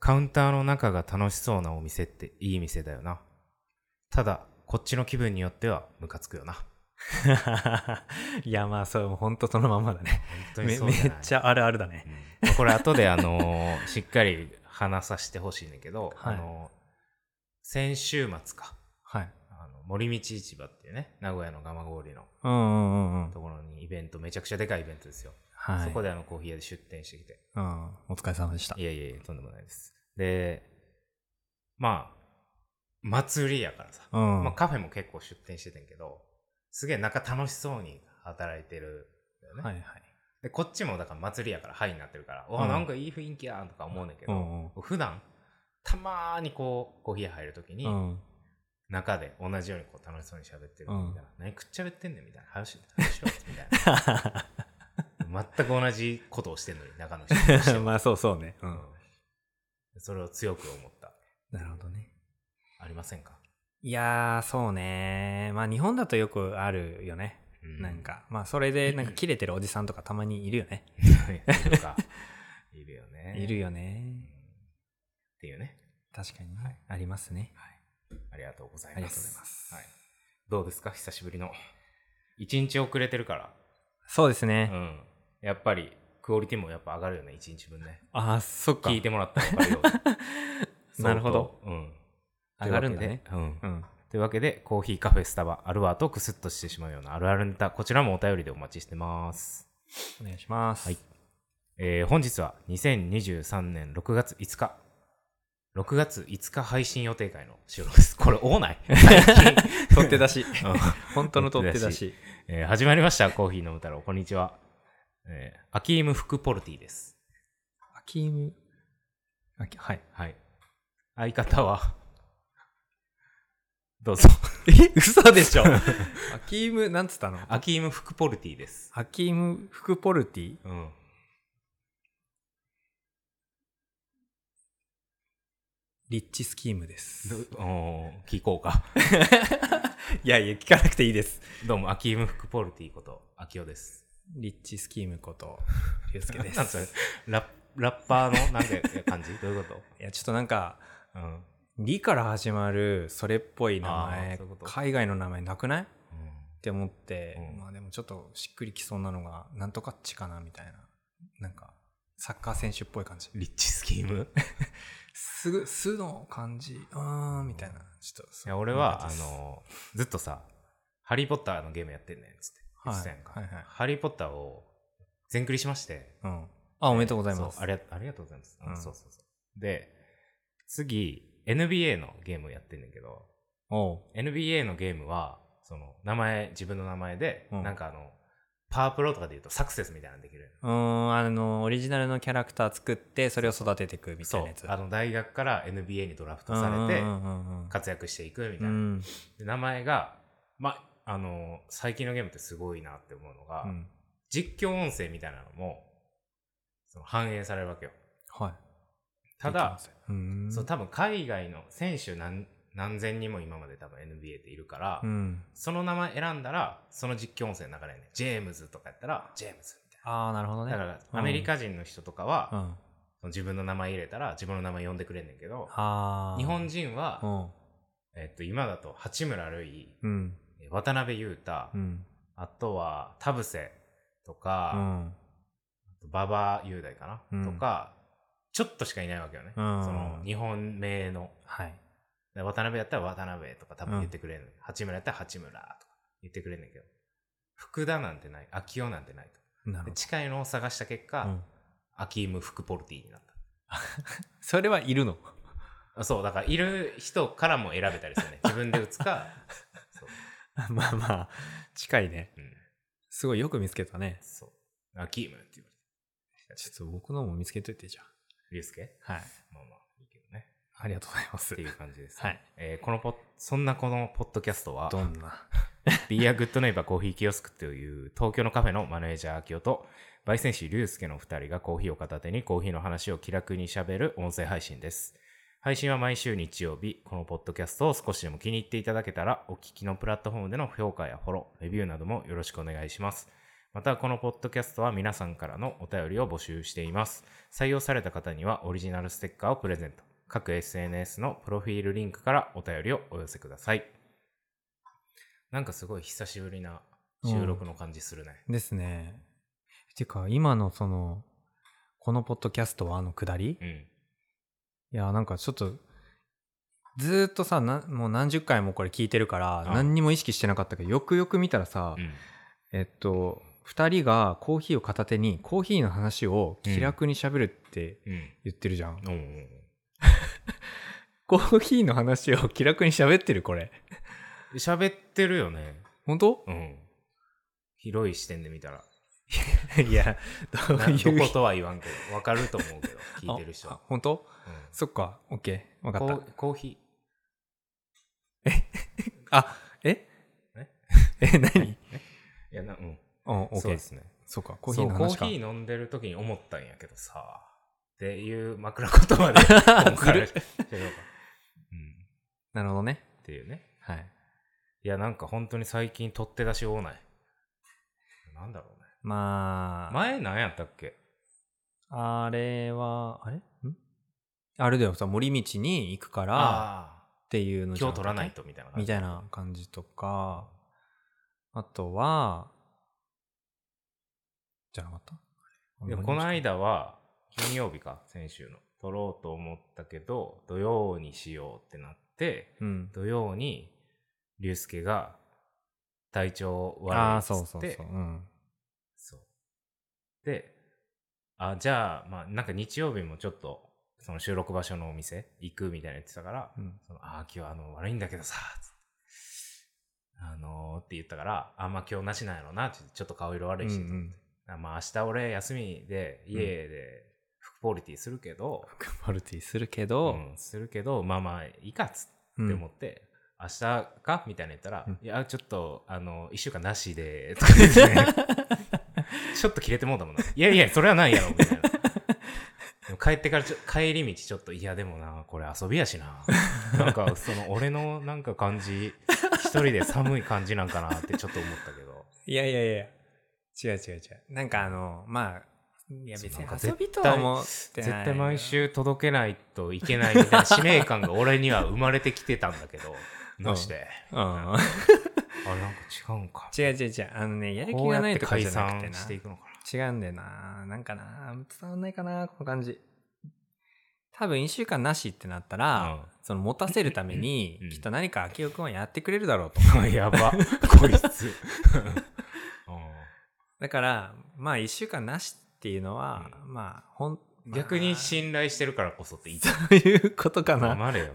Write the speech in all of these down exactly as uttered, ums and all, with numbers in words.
カウンターの中が楽しそうなお店っていい店だよな。ただこっちの気分によってはムカつくよな。 いやまあそう本当そのままだね。 本当にそうじゃない。 め, めっちゃあるあるだね、 うんまあ、これ後であのー、しっかり話させてほしいんだけど、はい、あのー、先週末か、 はい、 あの森道市場っていうね名古屋の蒲郡のうんうんうんところにイベント、めちゃくちゃでかいイベントですよ、 はい、 そこであのコーヒー屋で出店してきて、 うん、お疲れ様でした。 いやいやいやとんでもないです。でまあ祭りやからさ、うんまあ、カフェも結構出店しててんけどすげえ中楽しそうに働いてるよね、はいはい、でこっちもだから祭りやからハイになってるから、うん、おなんかいい雰囲気やんとか思うねんけど、うんうん、普段たまーにこうコーヒー屋入るときに、うん、中で同じようにこう楽しそうに喋ってるみたいな、うん、何食っちゃべってんねんみたいな話しろみたいな全く同じことをしてんのに中の人まあそうそうね、うん、 それを強く思った。 なるほどね。 ありませんか？いやーそうね、まあ日本だとよくあるよね、うん、なんかまあそれでなんかキレてるおじさんとかたまにいるよねいるかいるよねいるよねっていうね。 確かに、はい、ありますね、 はい、ありがとうございます。 ありがとうございます、 はい、どうですか久しぶりの一日遅れてるから。 そうですね、 うん、やっぱりクオリティもやっぱ上がるよね一日分ね。 ああそっか聞いてもらったら分かるよなるほど、 うん、 上がるんだね、 うんうん、というわけでコーヒーカフェスタバあるわとクスッとしてしまうようなあるあるネタ、こちらもお便りでお待ちしてます。 お願いします、 はい。えー、本日はにせんにじゅうさんねんろくがついつかろくがついつか配信予定会の収録です。これ多ない取って出し本当の取って出し、 えー、始まりましたコーヒー飲む太郎、こんにちは、えー、アキーム・フクポルティです。 アキームはいはい、相方はどうぞえ嘘でしょアキームなんつったの？ アキーム・フクポルティです。 アキーム・フクポルティ、 うん、 リッチスキームです。 お聞こうかいやいや聞かなくていいです。 どうもアキーム・フクポルティことアキオです。 リッチスキームことリュウスケです。 なんそれ ラ, ラッパーのなんて感じどういうこと？ いやちょっとなんか、 うん、 リから始まるそれっぽい名前、うう海外の名前なくない、うん、って思って、うん、まあでもちょっとしっくりきそうなのがなんとかっちかなみたいな、なんかサッカー選手っぽい感じ。 リッチスキームすぐすの感じあーみたいな。ちょっといや俺はあのずっとさハリーポッターのゲームやってんねんつって言ってたやんか、 はいはいはい、 ハリーポッターを全クリしまして、 うん、あおめでとうございます。 ありがありがとうございます、うん、そうそうそうで次 エヌビーエー のゲームをやってんねんけど、 おうエヌビーエー のゲームはその名前自分の名前で、うん、なんかあのパワープロとかで言うとサクセスみたいなのできる。 うーんあのオリジナルのキャラクター作ってそれを育てていくみたいなやつ。 そうあの大学から エヌビーエー にドラフトされて活躍していくみたいな、うん、で名前がまあの最近のゲームってすごいなって思うのが、うん、実況音声みたいなのもその反映されるわけよ。 はい。 ただそう多分海外の選手 何, 何千人も今まで多分 エヌビーエー っているから、うん、その名前選んだらその実況音声の流れね、ジェームズとかやったらジェームズみたいな。 ああなるほどね。 だからアメリカ人の人とかは、うん、その自分の名前入れたら自分の名前呼んでくれんねんけど、あ日本人は、うんえっと、今だと八村塁、うん、渡辺裕太、うん、あとは田臥とか、うん、馬場雄大かな、うん、とかちょっとしかいないわけよね、うん、その日本名の、はい、渡辺やったら渡辺とか多分言ってくれる、うん、八村やったら八村とか言ってくれるんだけど、福田なんてない、秋代なんてないと。なるほど。近いのを探した結果、うん、アキーム・フクポルティになったそれはいるの？ そうだからいる人からも選べたりするね自分で打つかそうまあまあ近いね、うん、すごいよく見つけたね。 そうアキームって言われて、 ちょっと僕のも見つけといてじゃあ。 リュウスケ？ はい。 まあまあいいけどね。 ありがとうございます。 っていう感じです、ね。 はい。 えー、このポそんなこのポッドキャストはどんな Be a Good Neighbor コーヒーキオスクという東京のカフェのマネージャー秋代と焙煎師リュウスケのふたりがコーヒーを片手にコーヒーの話を気楽にしゃべる音声配信です。配信は毎週日曜日。このポッドキャストを少しでも気に入っていただけたらお聞きのプラットフォームでの評価やフォロー、レビューなどもよろしくお願いします。 またこのポッドキャストは皆さんからのお便りを募集しています。採用された方にはオリジナルステッカーをプレゼント。各 エスエヌエス のプロフィールリンクからお便りをお寄せください。なんかすごい久しぶりな収録の感じするね。 うん、ですね。てか今のそのこのポッドキャストはあの下り、うん、いやなんかちょっとずーっとさなもう何十回もこれ聞いてるから何にも意識してなかったけど、よくよく見たらさ、うん、えっとふたりがコーヒーを片手にコーヒーの話を気楽に喋るって言ってるじゃん、うんうん、コーヒーの話を気楽に喋ってるこれ喋ってるよね。 本当？ うん。広い視点で見たらいやどういうどことは言わんけど分かると思うけど聞いてる人は。 本当？うん、そっか。オッケー。分かった。 コーヒーえあえええ何いやなうんオッケー。 そうですね。 そうか。コーヒーの話か。 コーヒー飲んでる時に思ったんやけどさっていう枕言葉で今回はしようか、うん、 なるほどねっていうね。 はい。 いやなんか本当に最近取って出し多ない。なんだろうね。 まあ前何やったっけ。 あれはあれんあれだよさ森道に行くからっていうのじゃ今日取らないとみたいな感じみたいな感じとか、あとはじゃなかった。 いやこの間は金曜日か先週の取ろうと思ったけど土曜にしようってなって、うん、土曜に龍介が体調悪いっつって、あそうそうそう、うん、そうであじゃあまあなんか日曜日もちょっとその収録場所のお店行くみたいな言ってたから、うん、そのあ今日あの悪いんだけどさつってあのー、って言ったからあまあ今日なしなんやろなちょっと顔色悪いし、うんうん、まあ明日俺休みで家でフクポルティするけど、 フクポルティするけど、 うん、するけどまあまあいいかっつって思って、うん、明日かみたいな言ったら、うん、いやちょっとあのいっしゅうかんなしでとかですねちょっと切れてもうたもんな。いやいやそれはないやろみたいな。でも帰ってからちょ帰り道ちょっといやでもなこれ遊びやしななんかその俺のなんか感じ一人で寒い感じなんかなってちょっと思ったけど。 いやいやいや違う違う違うなんかあのまあいや別に遊びとは思ってない。 絶対毎週届けないといけないみたいな使命感が俺には生まれてきてたんだけどどうして、うん、あなんか違うんか。 違う違う違うあのねやる気がないとかじゃなくてなしていくのかな。 違うんだよななんかな伝わんないかなこの感じ。多分いっしゅうかんなしってなったら、うん、その持たせるために、うん、きっと何か明夫くんはやってくれるだろうとやばこいつだからまあいっしゅうかんなしっていうのは、うん、まあほん逆に信頼してるからこそっていいそういうことかな。 黙れよ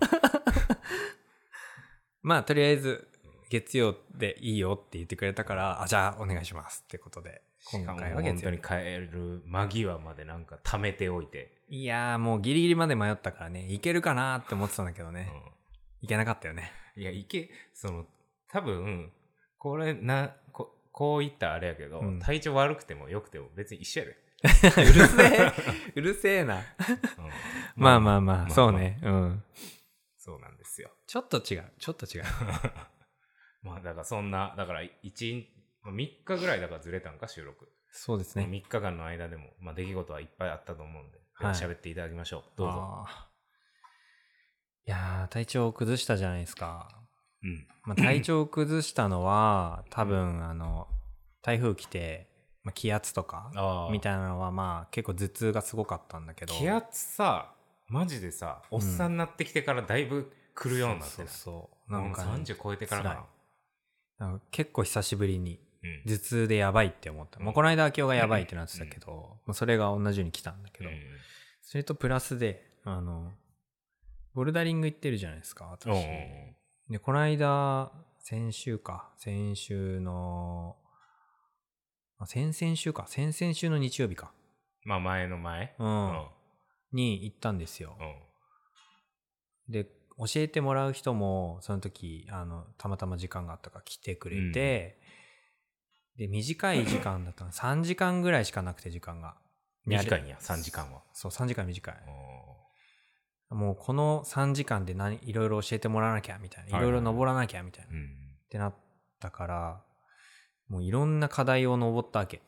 まあとりあえず月曜でいいよって言ってくれたからあじゃあお願いしますってことで今回は月曜本当に帰る間際までなんか貯めておいていやーもうギリギリまで迷ったからねいけるかなって思ってたんだけどね、うん、いけなかったよね。 いやいけその多分これな こ, こう言ったらあれやけど、うん、体調悪くても良くても別に一緒やでうるせえうるせえな、うん、まあまあまあ、まあ、そうね、まあまあ、うんそうなんですよ。 ちょっと違うちょっと違うまあだからそんなだからいちみっかぐらいだからずれたんか収録。 そうですねみっかかんの間でも、まあ、出来事はいっぱいあったと思うんで喋、はい、っていただきましょう。どうぞ。 いやー体調を崩したじゃないですか。 うんまあ、体調を崩したのは多分あの台風来て、まあ、気圧とかみたいなのはまあ結構頭痛がすごかったんだけど気圧さマジでさおっさんになってきてからだいぶ来るようになってない、うん、そうそうそうなんか、ね、さんじゅう超えてからかな。 なんか結構久しぶりに頭痛でやばいって思った、うんまあ、この間明夫がやばいってなってたけど、うんまあ、それが同じように来たんだけど、うん、それとプラスであのボルダリング行ってるじゃないですか私、うん、でこの間先週か先週の先々週か先々週の日曜日かまあ前の前、 うんうん、に行ったんですよ、うん、で教えてもらう人もその時あのたまたま時間があったから来てくれて、うん、で短い時間だったのさんじかんぐらいしかなくて時間が短いんやさんじかんは。 そうさんじかん短い。もうこのさんじかんで何いろいろ教えてもらわなきゃみたいないろいろ登らなきゃみたいな、はいはいはい、ってなったからもういろんな課題を登ったわけ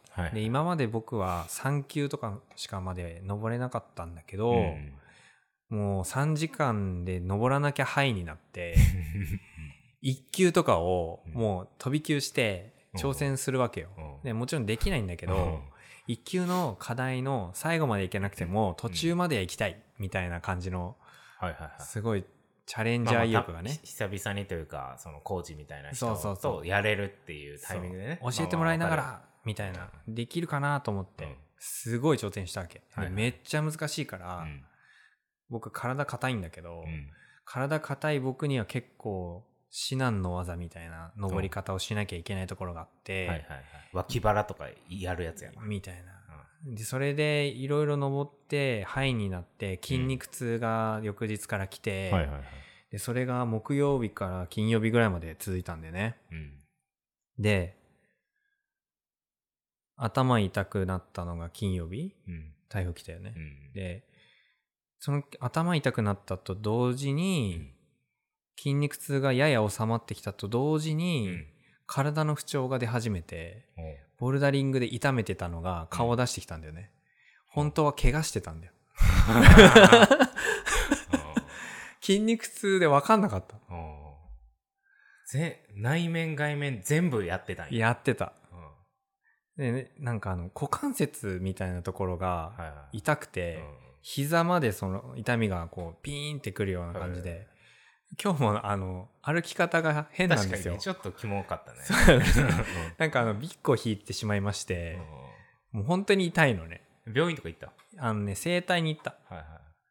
はい、で今まで僕はさん級とかしかまで登れなかったんだけど、うん、もうさんじかんで登らなきゃハイになっていっ級とかをもう飛び級して挑戦するわけよ、うん、でもちろんできないんだけど、うん、いっ級の課題の最後までいけなくても途中までは行きたいみたいな感じのすごいチャレンジャー意欲がね、まあ、 久々にというかそのコーチみたいな人とやれるっていうタイミングでね、 教えてもらいながらみたいな、うん、できるかなと思ってすごい挑戦したわけ、はいはい、めっちゃ難しいから、うん、僕体硬いんだけど、うん、体硬い僕には結構至難の技みたいな登り方をしなきゃいけないところがあって、はいはいはい、 脇腹とかやるやつやなみたいな、うん、でそれでいろいろ登ってハイになって筋肉痛が翌日から来て、うんはいはいはい、でそれが木曜日から金曜日ぐらいまで続いたんだよね、うん、で頭痛くなったのが金曜日、うん、台風来たよね、うん、でその頭痛くなったと同時に、うん、筋肉痛がやや収まってきたと同時に、うん、体の不調が出始めて、うん、ボルダリングで痛めてたのが顔を出してきたんだよね、うん、本当は怪我してたんだよ筋肉痛で分かんなかった。 ぜ内面外面全部やってたんや。 やってた、うん、で、ね、なんかあの股関節みたいなところが痛くて、はいはい、うん、膝までその痛みがこうピーンってくるような感じで、はいはい、今日もあの歩き方が変なんですよ。 確かにちょっとキモかったねなんかあのビッコ引いてしまいまして、うん、もう本当に痛いのね。 病院とか行った？ あのね整体に行った。 はいはい。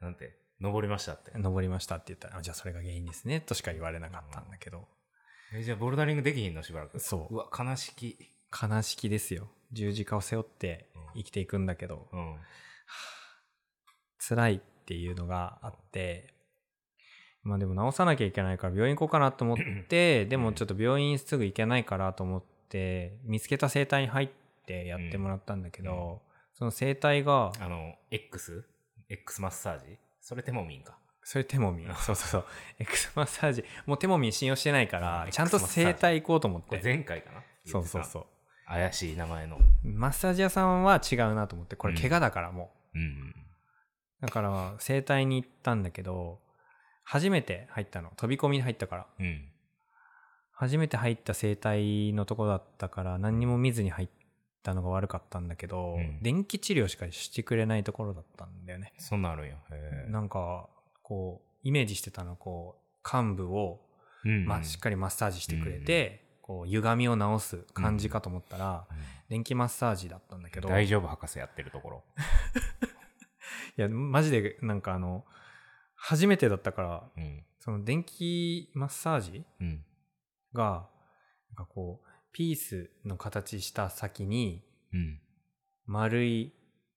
なんて登りましたって。 登りましたって言ったら、じゃあそれが原因ですねとしか言われなかったんだけど、 うん、えじゃあボルダリングできひんのしばらく。そう。うわ悲しき悲しきですよ。十字架を背負って生きていくんだけど、うんうん、辛いっていうのがあって、まあでも治さなきゃいけないから病院行こうかなと思ってでもちょっと病院すぐ行けないからと思って見つけた整体に入ってやってもらったんだけど、うん、その整体があの X? X マッサージ？それテモミンか。 それテモミンそうそうそう X マッサージもうテモミン信用してないからちゃんと整体行こうと思って。 これ前回かな。 そうそうそう怪しい名前のマッサージ屋さんは違うなと思って、これ怪我だからもう、うんうん、だから整体に行ったんだけど初めて入ったの、飛び込みに入ったから、うん、初めて入った整体のとこだったから何にも見ずに入ったのが悪かったんだけど、うん、電気治療しかしてくれないところだったんだよね。 そんなあるんや。へー。 なんかこうイメージしてたのこう患部を、うんうんまあ、しっかりマッサージしてくれて、うんうん、こう歪みを直す感じかと思ったら、うんうん、電気マッサージだったんだけど。 大丈夫博士やってるところいやマジでなんかあの初めてだったから、うん、その電気マッサージ、うん、がなんかこうピースの形した先に、うん、丸い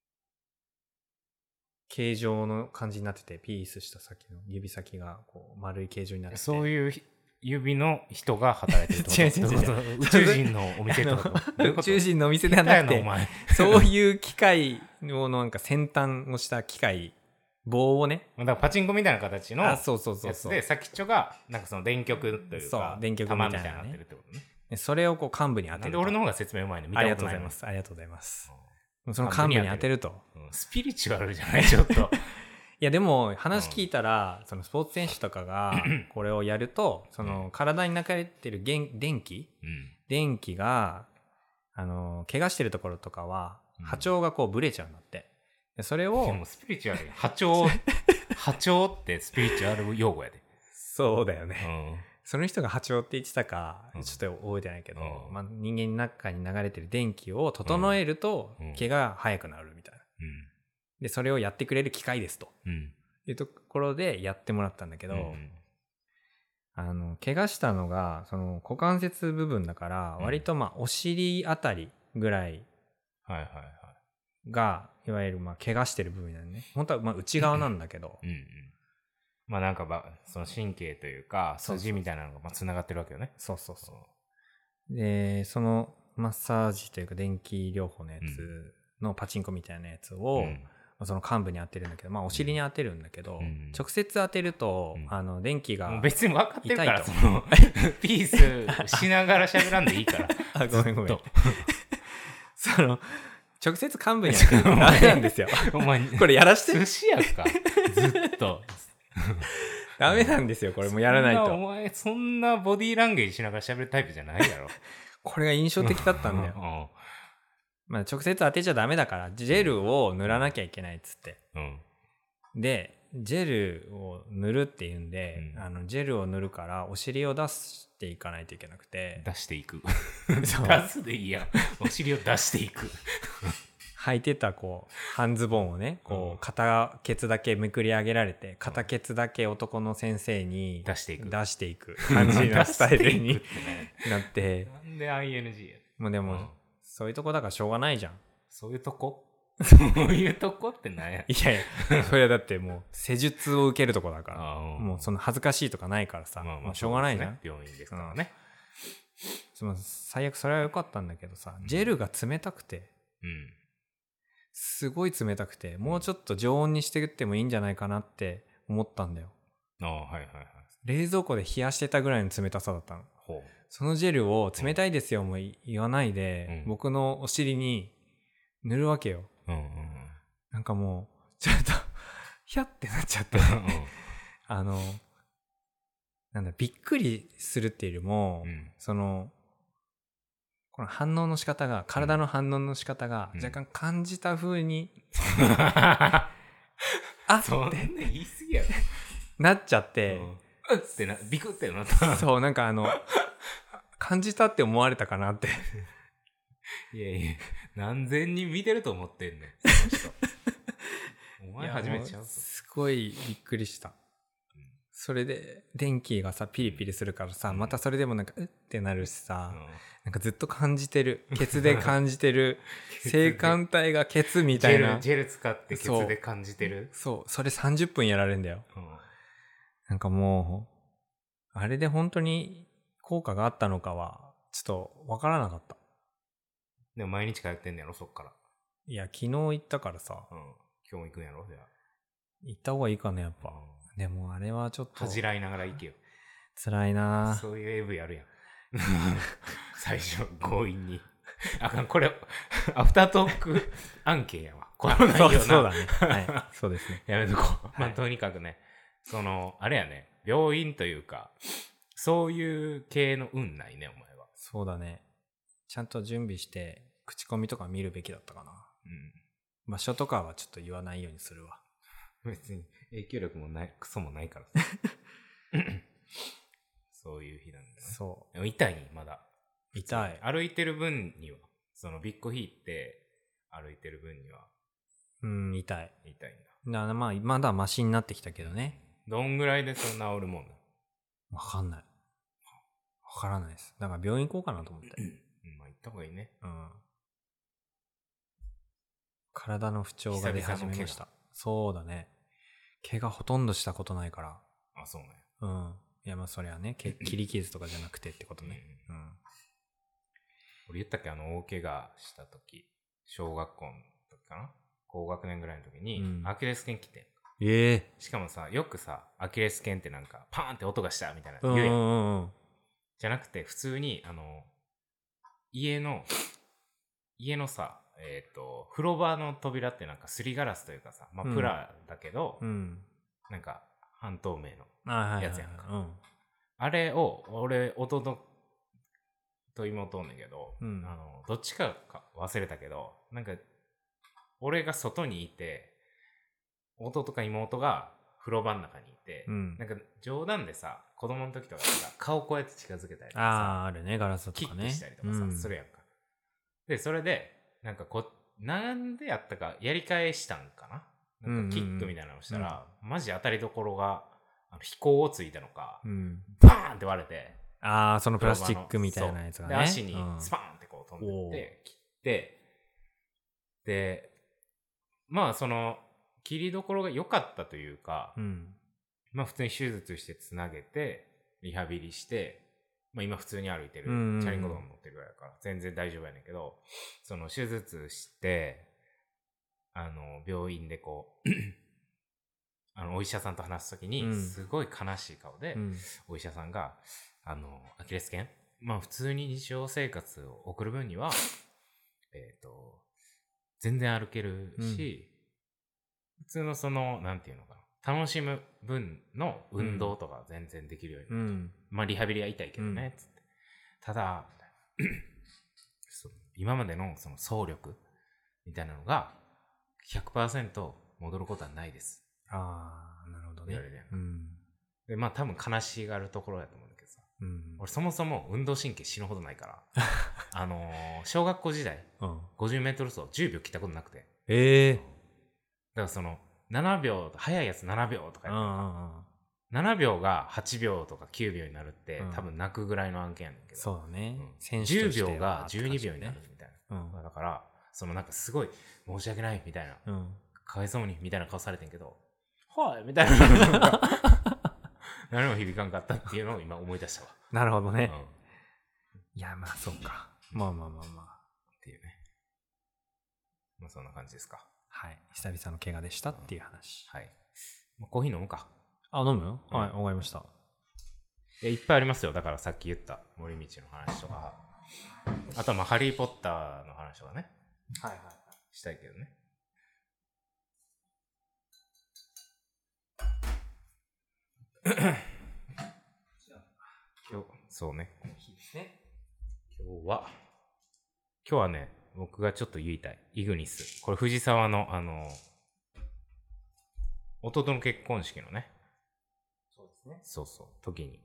形状の感じになってて、ピースした先の指先がこう丸い形状になってて、 そういう指の人が働いてるってこと？違う違う違う宇宙人のお店ってこと？ 宇宙人のお店ではなくてそういう機械のなんか先端をした機械棒をね、 だからパチンコみたいな形のやつで先っちょがなんかその電極というか電極みたいな、ね、 玉みたいになってるってことね。 それをこう幹部に当てると。 なんで俺の方が説明うまいの？見たことない。 ありがとうございます。ありがとうございます。うん、その幹部に当てると、 うん、スピリチュアルじゃないちょっといやでも話聞いたら、うん、そのスポーツ選手とかがこれをやるとその体に流れてる電気、うん、電気があの怪我してるところとかは波長がこうブレちゃうんだって。でそれをでもスピリチュアル波長波長ってスピリチュアル用語やで。 そうだよね、うん、その人が波長って言ってたかちょっと覚えてないけど、うんまあ、人間の中に流れてる電気を整えると毛が早くなるみたいな、うん、でそれをやってくれる機械ですと、うん、いうところでやってもらったんだけど、うん、あの怪我したのがその股関節部分だから割とまあお尻あたりぐらいがいわゆるまあ怪我してる部分だよね。本当はまあ内側なんだけど、うんうん、 まあなんかばその神経というか筋みたいなのがまあつながってるわけよね。 そうそうそう。でそのマッサージというか電気療法のやつのパチンコみたいなやつを、うん、その幹部に当てるんだけど、まあお尻に当てるんだけど、うん、直接当てると、うん、あの電気が別に分かってるからそのピースしながら喋らんでいいから。 あごめんごめん。 その直接幹部にやってるのダメなんですよお前これやらして寿司やかずっとダメなんですよこれもやらないと。 お前そんなボディーランゲージしながら喋るタイプじゃないやろこれが印象的だったんだよまあ直接当てちゃダメだからジェルを塗らなきゃいけないっつって、うん、でジェルを塗るっていうんで、うん、あのジェルを塗るからお尻を出していかないといけなくて出していく出すでいいやお尻を出していく履いてたこう半ズボンをねこう片ケツだけめくり上げられて片ケツだけ男の先生に出していく出していく感じのスタイルになってなんで アイエヌジー やもうでも、うん、そういうとこだからしょうがないじゃん。 そういうとこそういうとこって何や。 いやいやそれはだってもう施術を受けるとこだからもうその恥ずかしいとかないからさ、まあまあしょうがないじゃん、ね、 病院ですからね、 うん、最悪それは良かったんだけどさ、うん、ジェルが冷たくて、うん、すごい冷たくてもうちょっと常温にしてってもいいんじゃないかなって思ったんだよ。 ああはいはいはい。 冷蔵庫で冷やしてたぐらいの冷たさだったの。ほうそのジェルを冷たいですよも言わないで、うん、僕のお尻に塗るわけよ、うんうんうん、なんかもうちょっとヒャってなっちゃってあのなんだびっくりするっていうよりも、うん、そのこの反応の仕方が体の反応の仕方が若干感じた風に、うん、あそんな言い過ぎやろなっちゃって、 うん、ってなビクってなったそうなんかあの感じたって思われたかなっていやいや何千人見てると思ってんねんお前初めてちゃうぞ。 すごいびっくりした、うん、それで電気がさピリピリするからさ、うん、またそれでもなんかうってなるしさ、うん、なんかずっと感じてるケツで感じてる性感帯がケツみたいなジェル、ジェル使ってケツで感じてる。 そう、そうそれさんじゅっぷんやられるんだよ、うん、なんかもうあれで本当に効果があったのかはちょっとわからなかった。 でも毎日通ってんねやろそっから。 いや昨日行ったからさ、 うん、今日も行くんやろじゃあ行った方がいいかねやっぱ、うん、でもあれはちょっと恥じらいながら行けよ。 辛いな。 そういう エーブイ あるやん最初強引にあかんこれアフタートーク案件やわこの内容な。 そうだねはいそうですねやめとこう、はい、まあとにかくねそのあれやね病院というかそういう系の運ないねお前は。 そうだねちゃんと準備して口コミとか見るべきだったかな、うん、場所とかはちょっと言わないようにするわ。 別に影響力もないクソもないからそういう日なんだね。そうでも痛いまだ痛い。 歩いてる分にはそのビッグ引いて歩いてる分にはうん痛い痛いんだ。 だからまあまだマシになってきたけどね。 どんぐらいでそんな治るもんなの。 わかんないわからないです。だから病院行こうかなと思ってまあ行った方がいいね。うん。 体の不調が出始めました。そうだね。怪我ほとんどしたことないから。 あ、そうね。 うん。いやまあそりゃね、切り傷とかじゃなくてってことね。うん。うん、 俺言ったっけあの大怪我した時、小学校の時かな、高学年ぐらいの時に、うん、アキレス腱切って。 ええー。 しかもさ、よくさ、アキレス腱ってなんかパーンって音がしたみたいな言うやん。うんうんうん、じゃなくて普通にあの家の家のさ、えっと風呂場の扉ってなんかすりガラスというかさ、まあプラだけど、うん、なんか半透明のやつやんか。あ、はいはいはい、うん、あれを俺弟と妹おんねんけど、うん、あのどっちかか忘れたけど、なんか俺が外にいて弟か妹が風呂場の中にいて、うん、なんか冗談でさ子供の時とかさ顔こうやって近づけたりとかさ、 あああるねガラスとかね、 キックしたりとかさ、うん、するやんか。でそれでなんかこなんでやったかやり返したんかな、なんかキックみたいなのをしたら、うんうん、マジ当たりどころがあの飛行をついたのか、うん、バーンって割れて、 ああそのプラスチックみたいなやつがね、 で足にスパーンってこう飛んでって、うん、切ってでまあその切りどころが良かったというか、うん、まあ普通に手術してつなげてリハビリして、まあ今普通に歩いてる、うんうん、チャリンコとか乗ってるぐらいだから全然大丈夫やねんけど、その手術してあの病院でこうあのお医者さんと話すときにすごい悲しい顔で、うん、お医者さんがあのアキレス腱、まあ普通に日常生活を送る分にはえっと、全然歩けるし、うん、普通のその、なんていうのかな、楽しむ分の運動とか全然できるようになる、うん、まあリハビリは痛いけどね、うん、つって。ただ、今までのその走力みたいなのが ひゃくパーセント 戻ることはないです。 ああ、なるほどね。 うん、で、まあ多分悲しがるところだと思うんだけどさ、うん、俺そもそも運動神経死ぬほどないから、あのー、小学校時代、うん、ごじゅうメートル走じゅうびょう切ったことなくて。 ええー。 だからそのななびょう、速いやつななびょうとかやったら、ななびょうがはちびょうとかきゅうびょうになるって、うん、多分泣くぐらいの案件やねんけど。 そうだね。 うん、選手としてはじゅうびょうがじゅうにびょうになるみたいな。うん、だから、そのなんかすごい申し訳ないみたいな、うん、かわいそうにみたいな顔されてんけど、はいみたいな。何も響かんかったっていうのを今思い出したわ。 なるほどね。うん、いや、まあそうか。まあまあまあまあ。 っていうね。まあそんな感じですか。 はい。久々の怪我でしたっていう話。 うん、はい。コーヒー飲むか。 あ、飲む？うん、はい、わかりました。 いや、いっぱいありますよ。だからさっき言った森道の話とか、あとはまあハリーポッターの話とかね。 はいはいはい。 したいけどね。今日、そうね。今日は、今日はね、僕がちょっと言いたい。イグニス。これ藤沢の、あの、弟の結婚式のね。 そうですね。 そうそう、時に。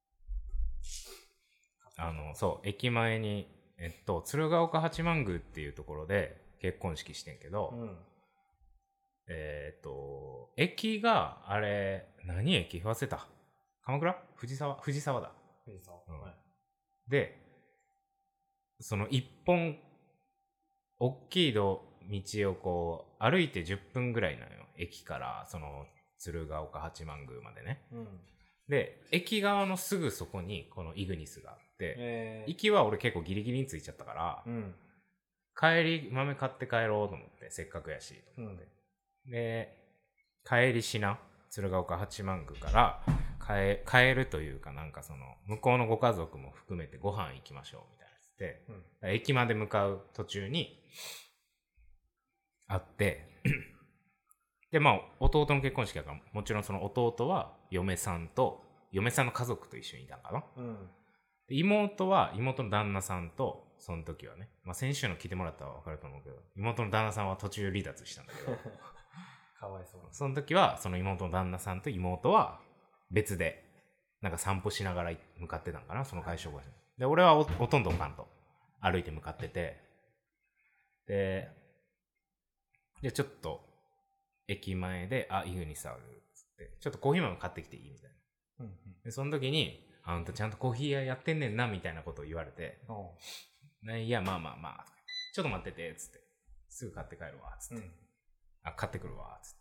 あの、そう、駅前に、えっと、鶴岡八幡宮っていうところで結婚式してんけど、うん、えー、っと、駅が、あれ、何駅忘れた。鎌倉？藤沢？藤沢だ。 藤沢。 うん、 はい。 で、その一本、大きい道をこう、歩いてじゅっぷんぐらいなのよ。駅から、その、鶴岡八幡宮までね。うん、で、駅側のすぐそこに、このイグニスがあって、えー、行きは俺結構ギリギリに着いちゃったから、うん、帰り、豆買って帰ろうと思って、せっかくやし、と思って。うん、で、帰りしな、鶴岡八幡宮から帰、帰るというかなんかその、向こうのご家族も含めてご飯行きましょうみたいなやつで、うん、駅まで向かう途中に、あって、で、まあ、弟の結婚式だから、もちろんその弟は嫁さんと、嫁さんの家族と一緒にいたのかな。うん、で妹は、妹の旦那さんと、その時はね、まあ先週の聞いてもらったら分かると思うけど、妹の旦那さんは途中離脱したんだけど、 かわいそう。 その時は、その妹の旦那さんと妹は別で、なんか散歩しながら向かってたのかな、その会食場所に。で、俺は お, ほとんどおかんと歩いて向かってて、で、で、ちょっと、駅前で、あ、イグニスあるっつって、ちょっとコーヒー豆買ってきていいみたいな。うんうん、で、その時に、あんたちゃんとコーヒー屋やってんねんな、みたいなことを言われて、いや、まあまあまあ、ちょっと待ってて、つって、すぐ買って帰るわ、つって、うん、あ、買ってくるわ、つって。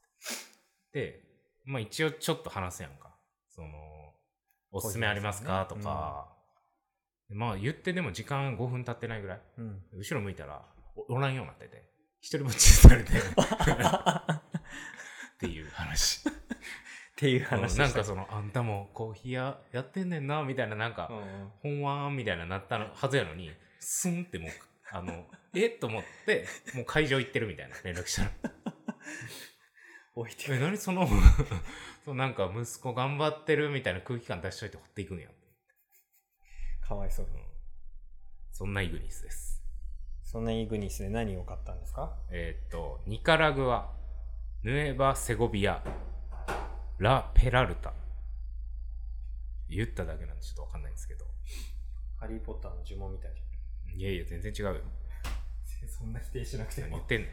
で、まあ一応ちょっと話すやんか。その、おすすめありますか、ね、とか、うん、まあ言ってでも時間ごふん経ってないぐらい。うん、後ろ向いたらお、おらんようになってて、一人ぼっちされて。っていう話。 っていう話。 なんかその、あんたもコーヒー屋やってんねんな、みたいな、なんか、ほんわーんみたいななったはずやのに、スンってもう、あの、えと思って、もう会場行ってるみたいな連絡したら。 置いてくえ、何その、そうなんか息子頑張ってるみたいな空気感出しといて掘っていくんや。 かわいそう。うん、 そんなイグニスです。 そんなイグニスで何を買ったんですか？ えー、っと、ニカラグア、ヌエバ・セゴビア、ラ・ペラルタ。言っただけなんでちょっとわかんないんですけど。 ハリーポッターの呪文みたいじゃん。いやいや、全然違うよ。 そんな否定しなくても。 言ってんねん。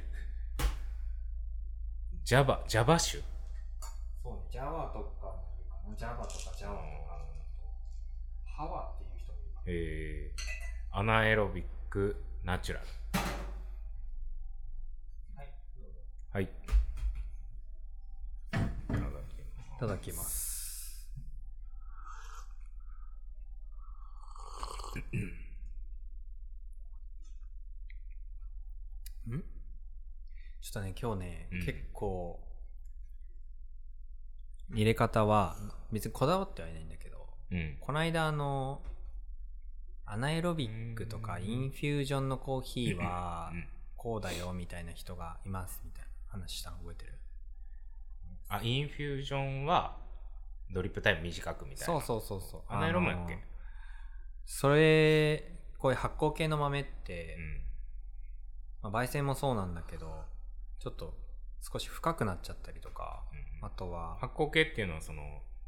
ジャバ、ジャバ種。 そうね、ジャワとか、ジャバとかジャワとか、ハワっていう人もいるかな。 えー、アナエロビックナチュラル。 はい、どうぞ。 はい。 いただきます。ん？ちょっとね、今日ね、うん、結構入れ方は別にこだわってはいないんだけど、うん、この間あのアナエロビックとかインフュージョンのコーヒーはこうだよみたいな人がいますみたいな話したの覚えてる？ あ、インフュージョンはドリップタイム短くみたいな。 そうそうそうそう。 アナエロもやっけ？ それこういう発酵系の豆って、うん、まあ、焙煎もそうなんだけどちょっと少し深くなっちゃったりとか、うん、あとは発酵系っていうのはその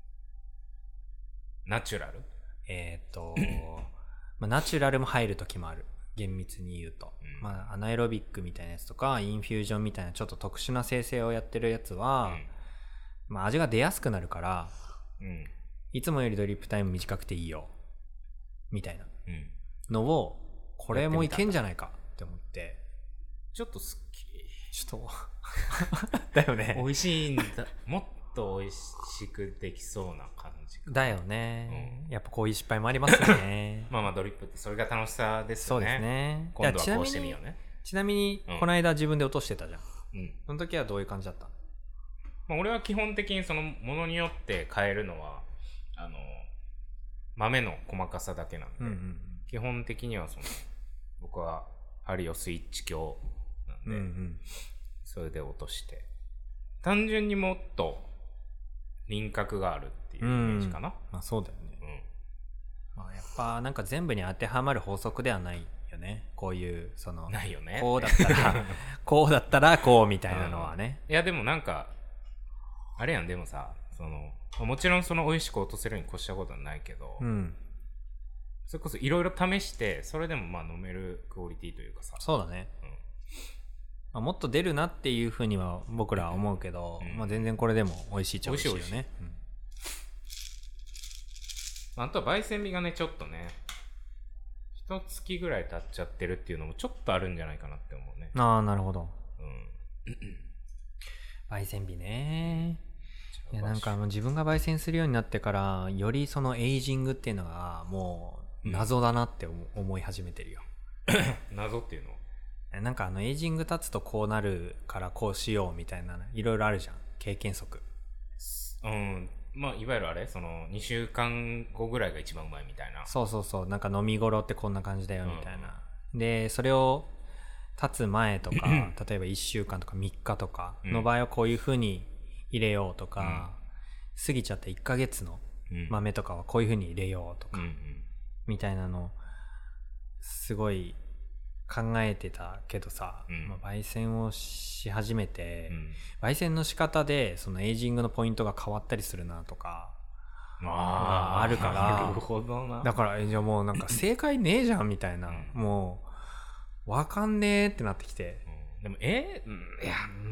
ナチュラル？ えっとまあ、ナチュラルも入る時もある、厳密に言うと、うん、まあ、アナエロビックみたいなやつとかインフュージョンみたいなちょっと特殊な生成をやってるやつは、うん、まあ、味が出やすくなるから、うん、いつもよりドリップタイム短くていいよみたいなのを、うん、これもいけんじゃないかって思って、 ちょっとすっきりちょっとだよね、 美味しいんだ、もっと美味しくできそうな感じだよね、うん、やっぱこういう失敗もありますよねまあまあドリップってそれが楽しさですよね。 そうですね。 今度はこうしてみようね。 ちなみにこの間自分で落としてたじゃん、うん、その時はどういう感じだった？ まあ、俺は基本的にそのものによって変えるのはあの豆の細かさだけなんで、うんうん、基本的にはその僕は針をスイッチ強なんで、うんうん、それで落として単純にもっと輪郭があるっていうイメージかな、うん、 まあそうだよね、うん、まあ、やっぱなんか全部に当てはまる法則ではないよね、こういうそのないよね、 こうだったらこうだったらこうみたいなのはね、 うん、いやでもなんかあれやん、でもさそのもちろんその美味しく落とせるに越したことはないけど、うん、それこそいろいろ試してそれでもまあ飲めるクオリティというかさ、 そうだね、うん、まあ、もっと出るなっていうふうには僕らは思うけど、うん、まあ、全然これでも美味しいっちゃ美味しいよね。美味しい美味しい、 うん、あとは焙煎日がねちょっとね一月ぐらい経っちゃってるっていうのもちょっとあるんじゃないかなって思うね。 ああ、なるほど、うん、焙煎日ね。いや、なんかもう自分が焙煎するようになってからよりそのエイジングっていうのがもう謎だなって思い始めてるよ、 うん、謎っていうのなんかあのエイジング経つとこうなるからこうしようみたいないろいろあるじゃん、経験則。 うん、まあいわゆるあれそのにしゅうかんごぐらいが一番うまいみたいな。 そうそうそう、なんか飲み頃ってこんな感じだよみたいな、うん、でそれを経つ前とか例えばいっしゅうかんとかみっかとかの場合はこういう風に入れようとか、うん、過ぎちゃっていっかげつの豆とかはこういう風に入れようとか、うんうん、みたいなのすごい考えてたけどさ、うん、まあ、焙煎をし始めて、うん、焙煎の仕方でそのエイジングのポイントが変わったりするなとかあ, あるから、なるほどな。だからじゃあもうなんか正解ねえじゃんみたいな、うん、もうわかんねえってなってきて、 うん、でもえー、いや、うん、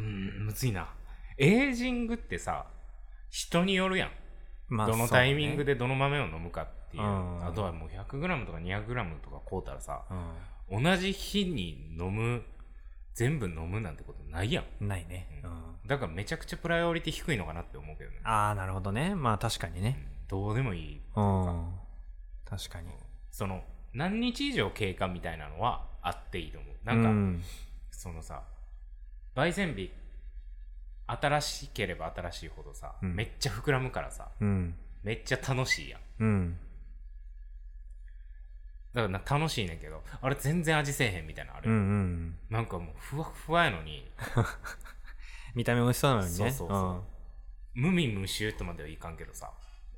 むずいな。エイジングってさ人によるやん、まあ、どのタイミングでどの豆を飲むかっていう、うん、あとはもう ひゃくグラム とか にひゃくグラム とか買うたらさ、うん、同じ日に飲む全部飲むなんてことないやん。 ないね、うん、 だからめちゃくちゃプライオリティ低いのかなって思うけどね。 ああ、なるほどね。まあ確かにね、 うん、どうでもいいとか、うん、確かにその何日以上経過みたいなのはあっていいと思う。なんか、うん、そのさ焙煎日新しければ新しいほどさ、うん、めっちゃ膨らむからさ、うん、めっちゃ楽しいやん、うん、だからな楽しいねんけどあれ全然味せえへんみたいなのある、うんうん、なんかもうふわふわやのに見た目美味しそうなのにね。そうそうそう、うん、 無味無臭とまではいかんけどさ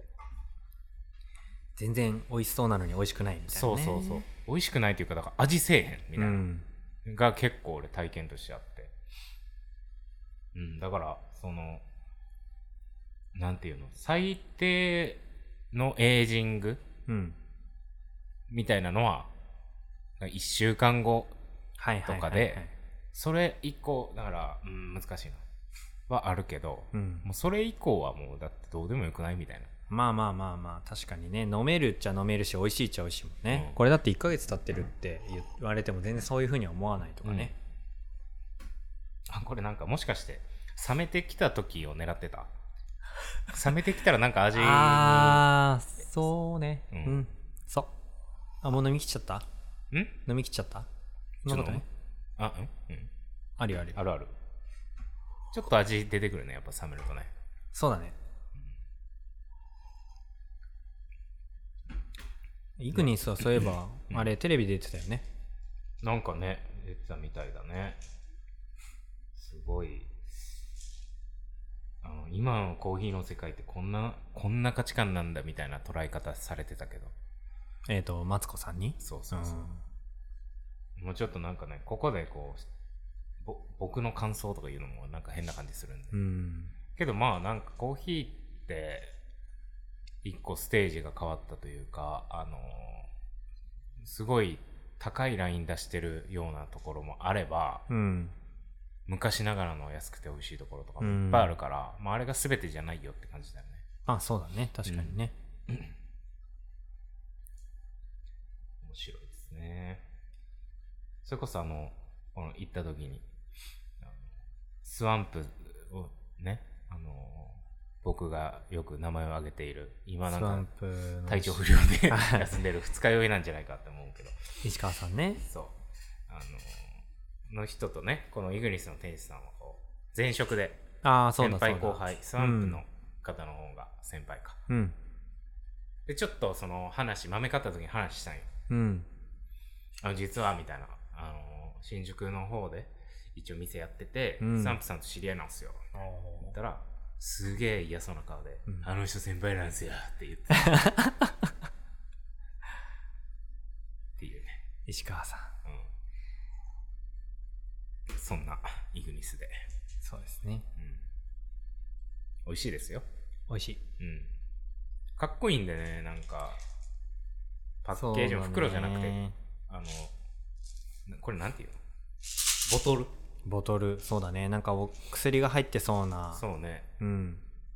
全然美味しそうなのに美味しくないみたいな、ね、 そうそうそう、美味しくないというかだから味せえへんみたいな、うん、が結構俺体験としてあって、うん、だからそのなんていうの最低のエイジング、うん、みたいなのはいっしゅうかんごとかでそれ以降だから、うん、難しいなはあるけど、うん、もうそれ以降はもうだってどうでもよくないみたいな。 まあまあまあまあ確かにね、飲めるっちゃ飲めるし美味しいっちゃ美味しいもんね、うん、これだっていっかげつ経ってるって言われても全然そういう風には思わないとかね、 うん、あこれなんかもしかして冷めてきた時を狙ってた冷めてきたらなんか味にああそうね、うん、うん、そうあもう飲み切っちゃったん飲み切っちゃったそんなことねあうん、うん、 あるあるあるあるちょっと味出てくるねやっぱ冷めるとね。 そうだね。 イグニスはそういえば、うん、あれテレビ出てたよね。 なんかね出てたみたいだね。すごいあの今のコーヒーの世界ってこんなこんな価値観なんだみたいな捉え方されてたけど、 えっとマツコさんにそうそうそう、うん、もうちょっとなんかねここでこうぼ僕の感想とか言うのもなんか変な感じするんで、うん、けどまあなんかコーヒーって一個ステージが変わったというか、あのー、すごい高いライン出してるようなところもあれば、うん、昔ながらの安くて美味しいところとかもいっぱいあるから、うんまあ、あれが全てじゃないよって感じだよね。 あ、そうだね、確かにね、うん、面白いですね。それこそあのこの行った時にあのスワンプをね、あの僕がよく名前を挙げている今なんか体調不良で休んでる二日酔いなんじゃないかって思うけど石川さんね、 そうあのの人とね、このイグニスの店主さんはこう前職で先輩後輩、スワンプの方の方が先輩か、うん、でちょっとその話豆買った時に話したんよ、うん、あの実はみたいな、あの新宿の方で一応店やってて、うん、スワンプさんと知り合いなんですよ、うん、言ったらすげえ嫌そうな顔で、うん、あの人先輩なんですよって言ってっていうね、 石川さん、 うん、そんなイグニスで、 そうですね、うん、 美味しいですよ。 美味しい、うん、 かっこいいんでね、なんかパッケージも袋じゃなくて、あのこれなんていうの、ボトルボトル、そうだね、なんか薬が入ってそうな、 そうね、うん、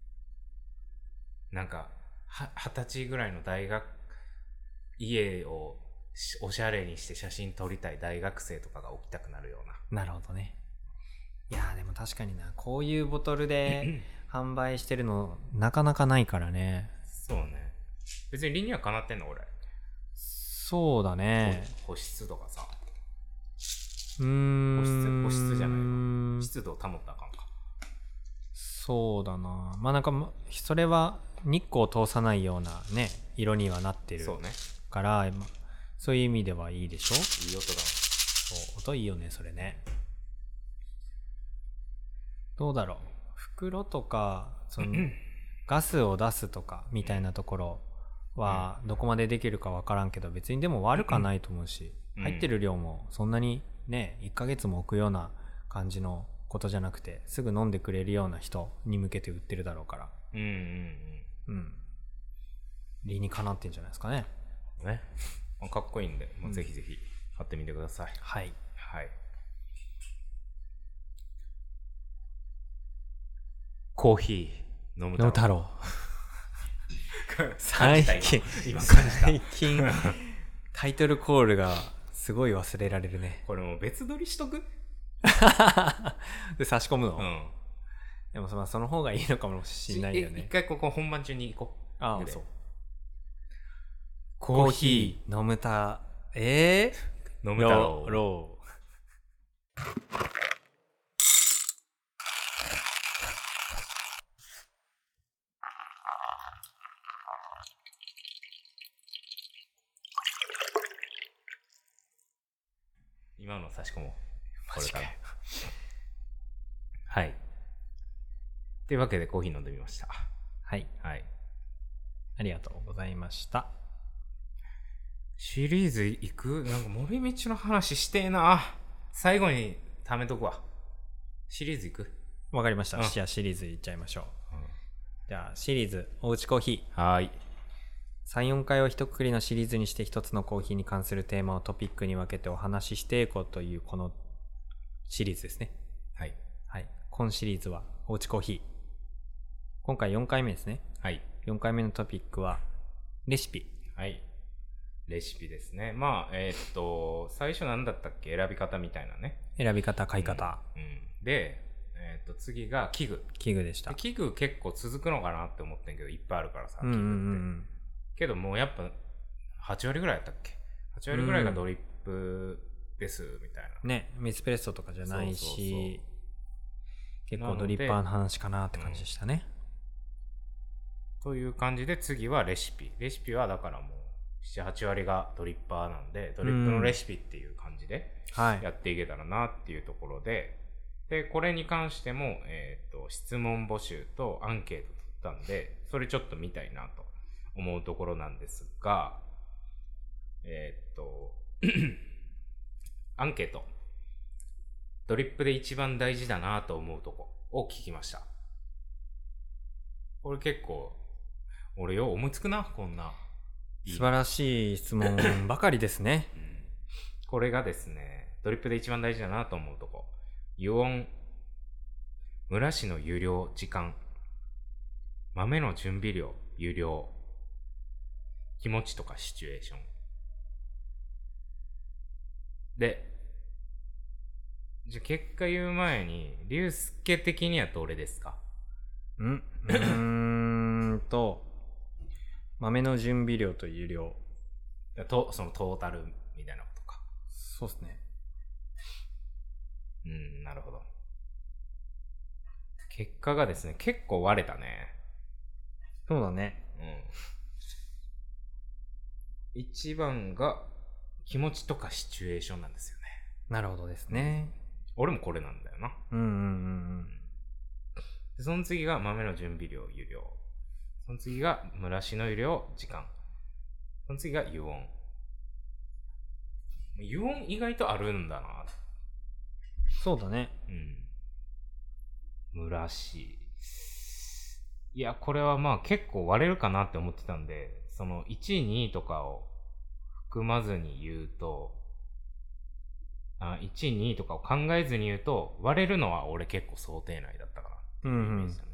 なんかは二十歳ぐらいの大学家をおしゃれにして写真撮りたい大学生とかが置きたくなるような。なるほどね。いやでも確かにな、こういうボトルで販売してるのなかなかないからね。 そうね、別に理にはかなってんの俺。 そうだね、 保湿とかさ、うーん、保湿保湿じゃない、湿度を保ったらあかんか。 そうだな、まあなんかそれは日光を通さないようなね色にはなってるから、そうね、そういう意味ではいいでしょ。 いい音だ。 そう、音いいよねそれね。どうだろう、袋とかそのガスを出すとかみたいなところはどこまでできるかわからんけど、別にでも悪くはないと思うし、入ってる量もそんなにねいっかげつも置くような感じのことじゃなくて、すぐ飲んでくれるような人に向けて売ってるだろうから、うんうんうん、うん、理にかなってんじゃないですかね。 ね、かっこいいんで、もうぜひぜひ買ってみてください。はいはい。コーヒー飲む太郎。 最近今最近タイトルコールがすごい忘れられるね。 これもう別撮りしとくで差し込むの、うん、でも そ, その方がいいのかもしれないよね。 一回ここ本番中に行こう。ああ、そう。 コーヒー飲むたえー、飲む太郎。 ロー今の差し込もう。これからはい。というわけでコーヒー飲んでみました。 はいはい。ありがとうございました。 シリーズ行く？なんか森道の話してえな。最後に貯めとくわ。シリーズ行く？ わかりました。じゃあシリーズいっちゃいましょう。うん、じゃあシリーズおうちコーヒー。はい。 さん、よんかいを一括りのシリーズにして一つのコーヒーに関するテーマをトピックに分けてお話ししていこうというこのシリーズですね。はい。はい。今シリーズはおうちコーヒー。今回よんかいめですね。はい。よんかいめのトピックはレシピ。 はい。レシピですね。まあ、えー、っと、最初何だったっけ？選び方みたいなね。 選び方、買い方。 うん。うん、で、えー、っと、次が器具。 器具でした。 で器具結構続くのかなって思ってんけど、いっぱいあるからさ、器具って。うんうんうん、けどもうやっぱはちわりぐらいやったっけ？ はち 割ぐらいがドリップですみたいな、 うん、ね、ミスプレッソとかじゃないし、そうそうそう、結構ドリッパーの話かなって感じでしたね、 うん、という感じで次はレシピ。レシピはだからもうななはち割がドリッパーなんで、ドリップのレシピっていう感じでやっていけたらなっていうところで、はい、でこれに関しても、えー、と質問募集とアンケート取ったんで、それちょっと見たいなと思うところなんですが、えっ、ー、とアンケート、ドリップで一番大事だなと思うとこを聞きました。これ結構俺よ思いつくな、こんな素晴らしい質問ばかりですね、うん、 これがですね、ドリップで一番大事だなと思うとこ、油温、蒸らしの湯量時間、豆の準備量湯量、気持ちとかシチュエーションで、じゃあ結果言う前に、龍介的にはどれですか？ んうーんと豆の準備量と湯量と、そのトータルみたいなことか。 そうですね。 うん、なるほど。結果がですね、結構割れたね。 そうだね。 うん。一番が気持ちとかシチュエーションなんですよね。 なるほどですね。 俺もこれなんだよな。 うんうんうんうん。 でその次が豆の準備量、湯量。その次が蒸らしの湯量、時間。その次が湯温。湯温意外とあるんだな。 そうだね。 うん。蒸らし。いや、これはまあ結構割れるかなって思ってたんで、そのいちい、にいとかを含まずに言うと、あいちい、にいとかを考えずに言うと、割れるのは俺結構想定内だったかなっていうイメージだね。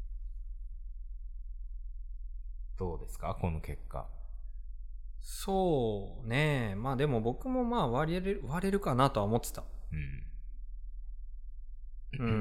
うんうん、どうですかこの結果。 そうね。まあでも僕もまあ割れる、割れるかなとは思ってた。うん。うん。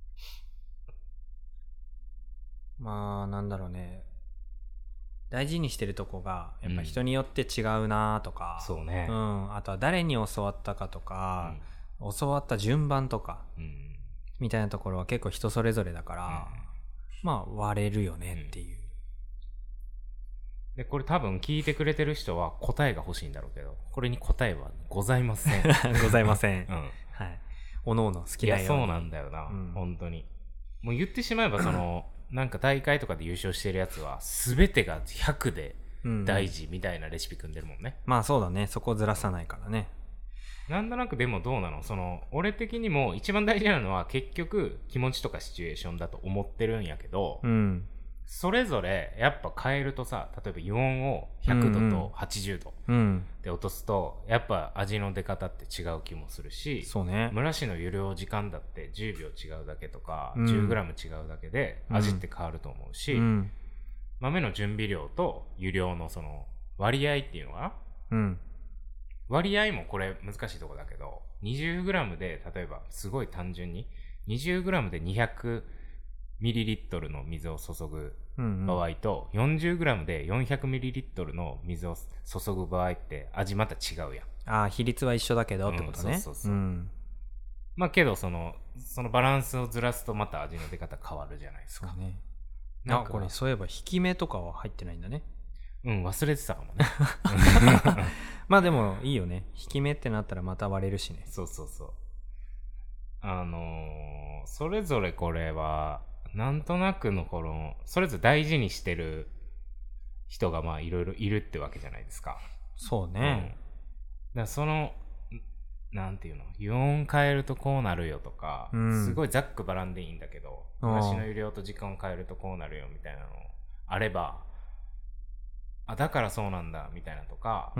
まあなんだろうね。大事にしてるとこがやっぱ人によって違うなとか、 うん、そうね。 うん。あとは誰に教わったかとか、うん、教わった順番とか、うん、みたいなところは結構人それぞれだから、うん、まあ割れるよねっていう。 うん、でこれ多分聞いてくれてる人は答えが欲しいんだろうけど、これに答えはございません。 ございません。 うん、 はい。おのおの好きなように。 いやそうなんだよな、うん、本当に。もう言ってしまえばそのなんか大会とかで優勝してるやつは全てがひゃくで大事みたいなレシピ組んでるもんね、 うん、まあそうだね。そこをずらさないからね。 なんとなくでもどうなの、その俺的にも一番大事なのは結局気持ちとかシチュエーションだと思ってるんやけど、うん、それぞれやっぱ変えるとさ、例えば油温をひゃくどとはちじゅうどで落とすとやっぱ味の出方って違う気もするし、 そうね、 蒸らしの湯量時間だってじゅうびょう違うだけとか、うん、じゅうグラム違うだけで味って変わると思うし、うん、豆の準備量と湯量のその割合っていうのは、うん、割合もこれ難しいところだけど にじゅうグラム で例えばすごい単純に にじゅうグラム でにひゃくミリリットル の水を注ぐ場合と、うんうん、よんじゅうグラム で よんひゃくミリリットル の水を注ぐ場合って味また違うやん。 ああ、比率は一緒だけどってことね。 うん、そうそうそう、うん、まあけどそのそのバランスをずらすとまた味の出方変わるじゃないですか。 そうね。なんかこれそういえば引き目とかは入ってないんだね。 うん、忘れてたかもね。 まあでもいいよね。引き目ってなったらまた割れるしね。 そうそうそう。あのー、それぞれこれはなんとなくのこのそれぞれ大事にしてる人がまあいろいろいるってわけじゃないですか。 そうね。うん、 だからそのなんていうの、湯温変えるとこうなるよとか、うん、すごいざっくばらんでいいんだけど、足の湯量と時間を変えるとこうなるよみたいなのあれば、あだからそうなんだみたいなとか、うん、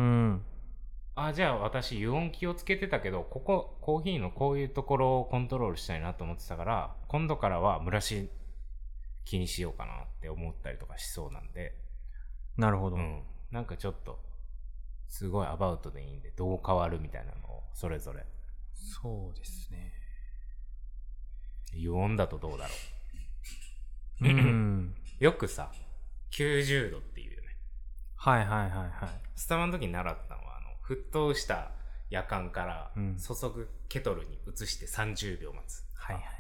あじゃあ私湯温気をつけてたけどここコーヒーのこういうところをコントロールしたいなと思ってたから、今度からは蒸らし気にしようかなって思ったりとかしそうなんで。 なるほど、 うん、なんかちょっとすごいアバウトでいいんでどう変わるみたいなのをそれぞれ。 そうですね。 湯温だとどうだろう。うんよくさきゅうじゅうどっていうよね。 はいはいはいはい。 スタバの時に習ったのはあの沸騰したやかんから注ぐケトルに移してさんじゅうびょう待つ、うん、 はいはいはい。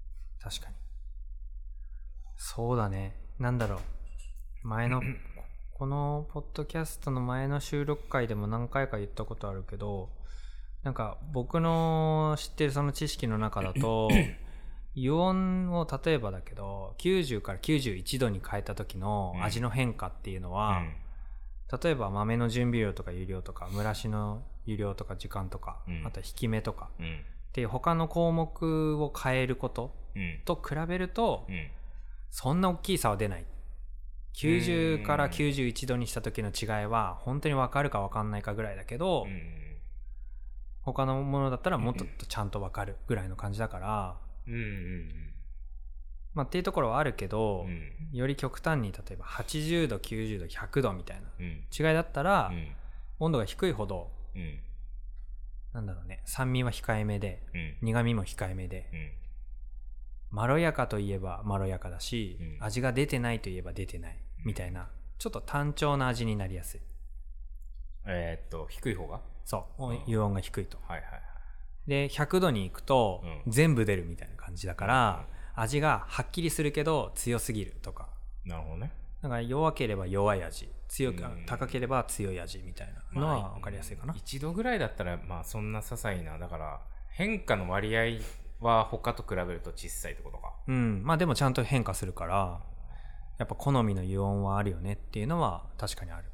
確かにそうだね。なんだろう、前のこのポッドキャストの前の収録回でも何回か言ったことあるけど、なんか僕の知ってるその知識の中だと油温を例えばだけどきゅうじゅうからきゅうじゅういちどに変えた時の味の変化っていうのは、うん、例えば豆の準備量とか湯量とか蒸らしの湯量とか時間とか、うん、あと引き目とか、うん、っていう他の項目を変えることと比べると、うん、そんな大きい差は出ない。きゅうじゅうからきゅうじゅういちどにした時の違いは本当に分かるか分かんないかぐらいだけど、うん、他のものだったらもっとちゃんと分かるぐらいの感じだから、うんうんうん、まあっていうところはあるけど、うん、より極端に例えばはちじゅうどきゅうじゅうどひゃくどみたいな違いだったら、うん、温度が低いほど、うん、なんだろうね、酸味は控えめで、うん、苦味も控えめで、うん、まろやかといえばまろやかだし、うん、味が出てないといえば出てないみたいな、ちょっと単調な味になりやすい。 えー、っと低い方がそう、うん、油温が低いと、はいはいはい、でひゃくどに行くと、うん、全部出るみたいな感じだから、うん、味がはっきりするけど強すぎるとか。 なるほどね。 だから弱ければ弱い味、強く、うん、高ければ強い味みたいなのは分かりやすいかな。 まあ、いちどぐらいだったらまあそんな些細な、だから変化の割合は他と比べると小さいってことか。 うん、まあでもちゃんと変化するからやっぱ好みの油温はあるよねっていうのは確かにある。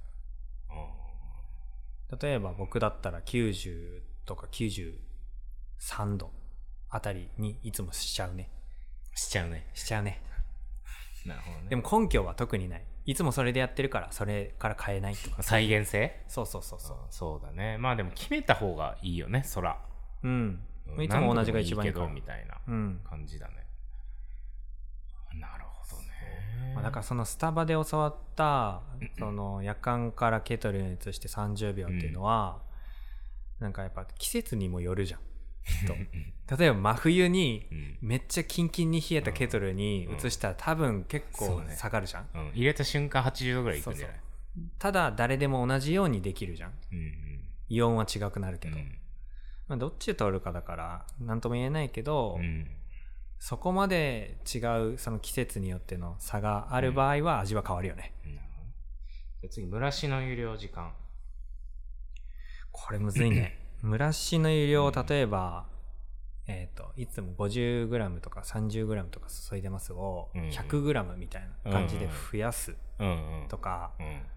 例えば僕だったらきゅうじゅうとかきゅうじゅうさんどあたりにいつもしちゃうね。 しちゃうね。 しちゃうね。 なるほどね。 でも根拠は特にない。いつもそれでやってるからそれから変えないとか。 再現性？ そうそうそうそう。 そうだね。まあでも決めた方がいいよね、そら。 うん。いつも同じが一番いいから。 みたいな感じだね。うん、なるほどね。 まあ、だからそのスタバで教わったその夜間からケトルに移してさんじゅうびょうっていうのは、うん、なんかやっぱ季節にもよるじゃん。と例えば真冬にめっちゃキンキンに冷えたケトルに移したら多分結構下がるじゃん、 うんうん、入れた瞬間はちじゅうどぐらいいくんじゃない？ そうそう。ただ誰でも同じようにできるじゃん、うんうん、イオンは違くなるけど、うんまあ、どっちで取るかだから何とも言えないけど、うん、そこまで違うその季節によっての差がある場合は味は変わるよね、うんうん、 じゃ次蒸らしの湯量時間。 これむずいね。蒸らしの湯量を例えば、うんえー、といつも ごじゅうグラム とか さんじゅうグラム とか注いでますを ひゃくグラム みたいな感じで増やすとか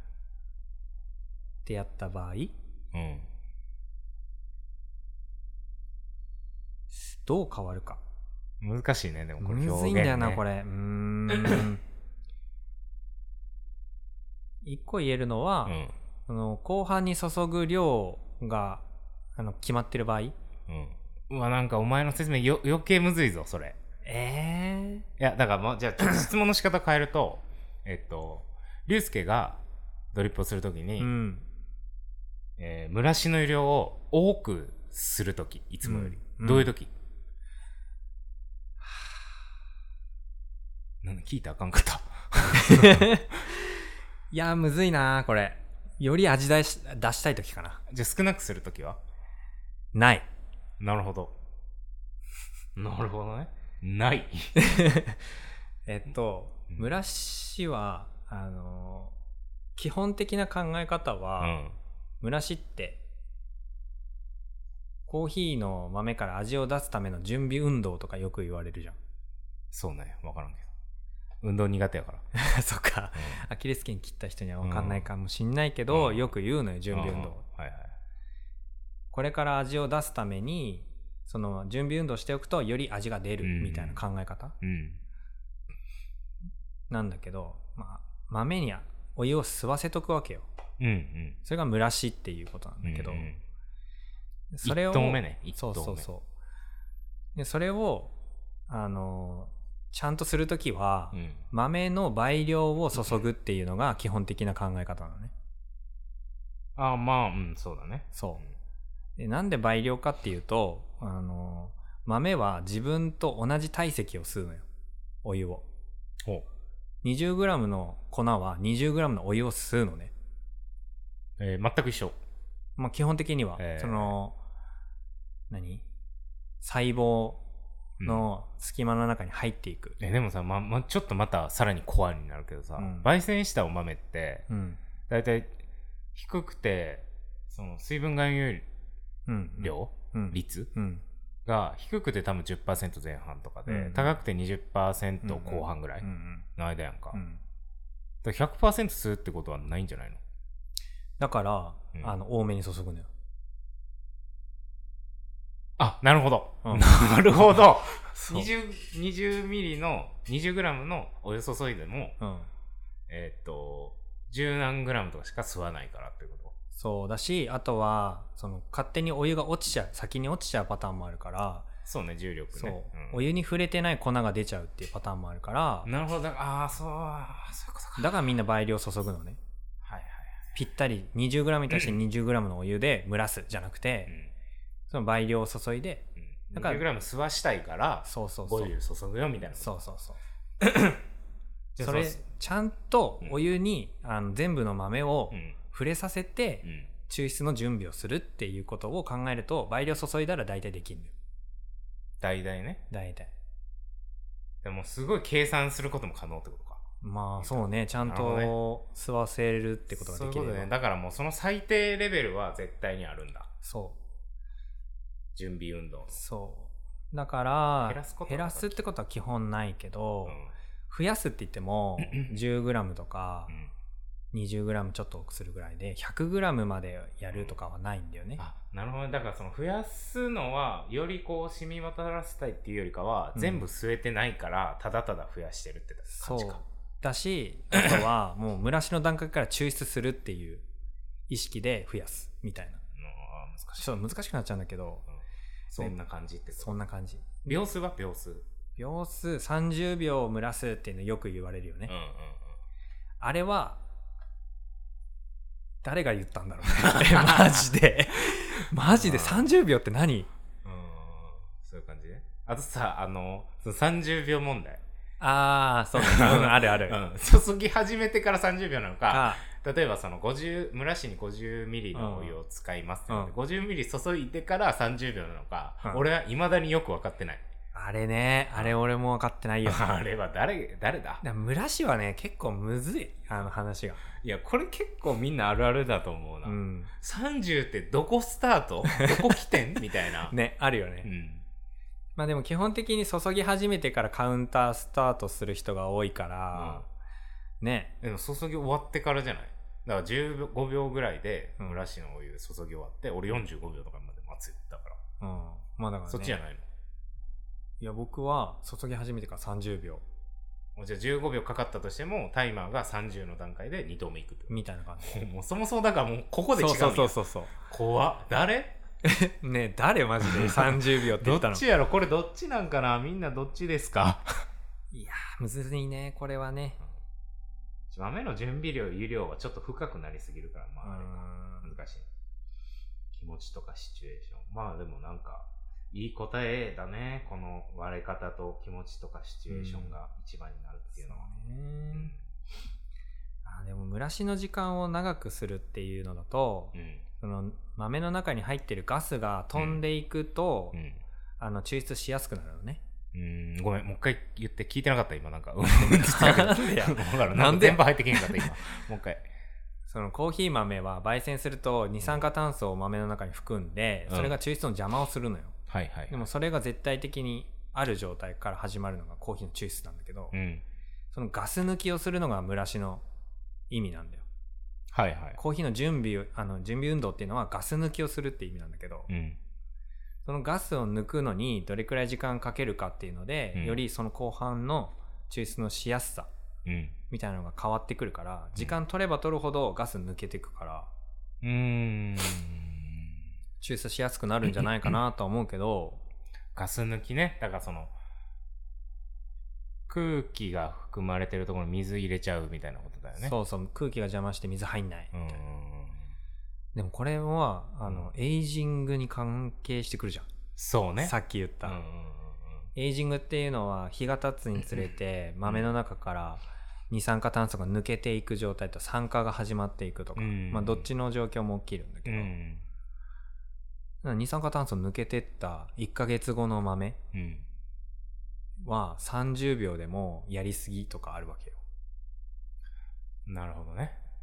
ってやった場合、うん、どう変わるか。 難しいね。でもこれ表現ね。 むずいんだよなこれ。うーん一個言えるのは、うん、その後半に注ぐ量があの決まってる場合、うん、 うわなんかお前の説明よ余計むずいぞそれ。 えー、いやだからもうじゃあちょっと質問の仕方変えるとえっと龍介がドリップをするときに、うんえー、蒸らしの湯量を多くするときいつもより、うん、どういうとき、うんなん聞いたらあかんかったいやむずいなこれ。より味出し、出したいときかな。 じゃあ少なくするときはない。 なるほどなるほどね。ないえっと蒸らしはあの基本的な考え方は、うん、蒸らしってコーヒーの豆から味を出すための準備運動とかよく言われるじゃん。 そうね分からんけど運動苦手やからそっか、うん、アキレス腱切った人には分かんないかもしんないけど、うん、よく言うのよ準備運動、うんはいはい、これから味を出すためにその準備運動しておくとより味が出るみたいな考え方、うん、なんだけど、まあ、豆にお湯を吸わせとくわけよ、うんうん、それが蒸らしっていうことなんだけど、うんうん、それをいち投目ねいち投目そうそうそうでそれをあのちゃんとするときは、うん、豆の倍量を注ぐっていうのが基本的な考え方なのね。 ああまあうんそうだね。 そうでなんで倍量かっていうとあの豆は自分と同じ体積を吸うのよお湯を。ほう にじゅうグラム の粉は にじゅうグラム のお湯を吸うのね。 えー、全く一緒。 まあ基本的には、えー、その何細胞の隙間の中に入っていく、 うん、えでもさ、まま、ちょっとまたさらにコアになるけどさ、うん、焙煎したお豆って、うん、 だいたい低くてその水分含有量、うんうん、率、うん、が低くて多分 じゅっパーセント 前半とかで、うんうん、高くて にじゅっパーセント 後半ぐらいの間やんか、うんうん、だから ひゃくパーセント 吸うってことはないんじゃないの？ だから、うん、あの多めに注ぐのよ。 あ、なるほど、うん、なるほどにじゅう、にじゅうミリの にじゅうグラム のお湯注いでも、うん、えー、っとじゅう何グラムとかしか吸わないからってこと？ そうだし、あとはその勝手にお湯が落ちちゃう、先に落ちちゃうパターンもあるから。 そうね、重力ね。そう、 うん、お湯に触れてない粉が出ちゃうっていうパターンもあるから。 なるほど。ああ、そう、そういうことか。 だからみんな倍量注ぐのね。はいはいはい。ぴったり にじゅうグラム に対して にじゅうグラム のお湯で蒸らすじゃなくて、うん、その倍量を注いで、 うん、だから にじゅうグラム 吸わしたいから、 そうそうそう。 ご湯注ぐよみたいな。 そうそうそう。それちゃんとお湯に、うん、あの全部の豆を触れさせて、うん、抽出の準備をするっていうことを考えると、倍量注いだら大体できるんだよ。 大体ね。 大体。 でもすごい計算することも可能ってことか。 まあそうね、ちゃんと吸わせるってことができる。 そういうことね。だからもうその最低レベルは絶対にあるんだ。 そう。準備運動。 そう。だから減らすこと、減らすってことは基本ないけど、うん、増やすって言っても じゅうグラム とか、うん、にじゅうグラム ちょっと多くするぐらいで ひゃくグラム までやるとかはないんだよね。 あ、なるほど。だからその増やすのはよりこう染み渡らせたいっていうよりかは、うん、全部吸えてないからただただ増やしてるって感じか。そうだし、あとはもう蒸らしの段階から抽出するっていう意識で増やすみたいな。難しい。ちょっと難しくなっちゃうんだけど、うん、 そんな感じってこと。 そんな感じ。 秒数は秒数秒数さんじゅうびょう蒸らすっていうのよく言われるよね。うんうんうん、あれは誰が言ったんだろうねマジでマジでさんじゅうびょうって何？うん、 そういう感じね。あとさ、あのそのさんじゅうびょう問題。 ああ、そうだね。あるある、 うん、注ぎ始めてからさんじゅうびょうなのか、例えばそのごじゅう蒸らしに ごじゅうミリ のお湯を使いますって、うん、ごじゅうミリ 注いでからさんじゅうびょうなのか、うん、俺は未だによく分かってない。 あれね、あれ俺も分かってないよあれは誰誰だ？ 蒸らしはね結構むずい、あの話が。 いやこれ結構みんなあるあるだと思うな、うん、さんじゅうってどこスタートどこ起点みたいなね、あるよね、うん。まあでも基本的に注ぎ始めてからカウンタースタートする人が多いから、うん、ね。 でも注ぎ終わってからじゃない？だからじゅうごびょうぐらいで蒸らしのお湯注ぎ終わって、うん、俺よんじゅうごびょうとかまで待つだから。うん。まあだからね。そっちじゃないの？ いや僕は注ぎ始めてからさんじゅうびょう。じゃあじゅうごびょうかかったとしてもタイマーがさんじゅうの段階でに投目いくってみたいな感じ。 もうそもそもだからもうここで違うんや。 そうそうそうそう。 怖っ。誰？ ねえ誰マジでさんじゅうびょうって言ったの？ どっちやろこれどっちなんかな、みんなどっちですか？ いやーむずいねこれはね。 豆の準備量湯量はちょっと深くなりすぎるから、まああれか難しい。気持ちとかシチュエーション、まあでもなんかいい答えだね、この割れ方と気持ちとかシチュエーションが一番になるっていうのは、うん、ね、うん、 あでも蒸らしの時間を長くするっていうのだと、うん、その豆の中に入ってるガスが飛んでいくと、うんうん、あの抽出しやすくなるのね。 うーん、ごめんもう一回言って、聞いてなかった今なんかなんでやなんで全部入ってけへんかった今もう一回。 そのコーヒー豆は焙煎すると二酸化炭素を豆の中に含んで、うん、それが抽出の邪魔をするのよ、はいはいはい、でもそれが絶対的にある状態から始まるのがコーヒーの抽出なんだけど、うん、そのガス抜きをするのが蒸らしの意味なんだよ。はいはい、コーヒーの準備あの準備運動っていうのはガス抜きをするって意味なんだけど、うん、そのガスを抜くのにどれくらい時間かけるかっていうので、うん、よりその後半の抽出のしやすさみたいなのが変わってくるから、うん、時間取れば取るほどガス抜けていくから、うーん抽出しやすくなるんじゃないかなとは思うけどガス抜きね、だからその空気が含まれてるところに水入れちゃうみたいなことだよね。 そうそう、空気が邪魔して水入んないみたいな。でもこれはあの、うん、エイジングに関係してくるじゃん。 そうね、 さっき言った、うんうんうん、エイジングっていうのは日が経つにつれて豆の中から二酸化炭素が抜けていく状態と酸化が始まっていくとか、うん、まあどっちの状況も起きるんだけど、うん、二酸化炭素抜けてったいっかげつごの豆はさんじゅうびょうでもやりすぎとかあるわけよ。 なるほどね。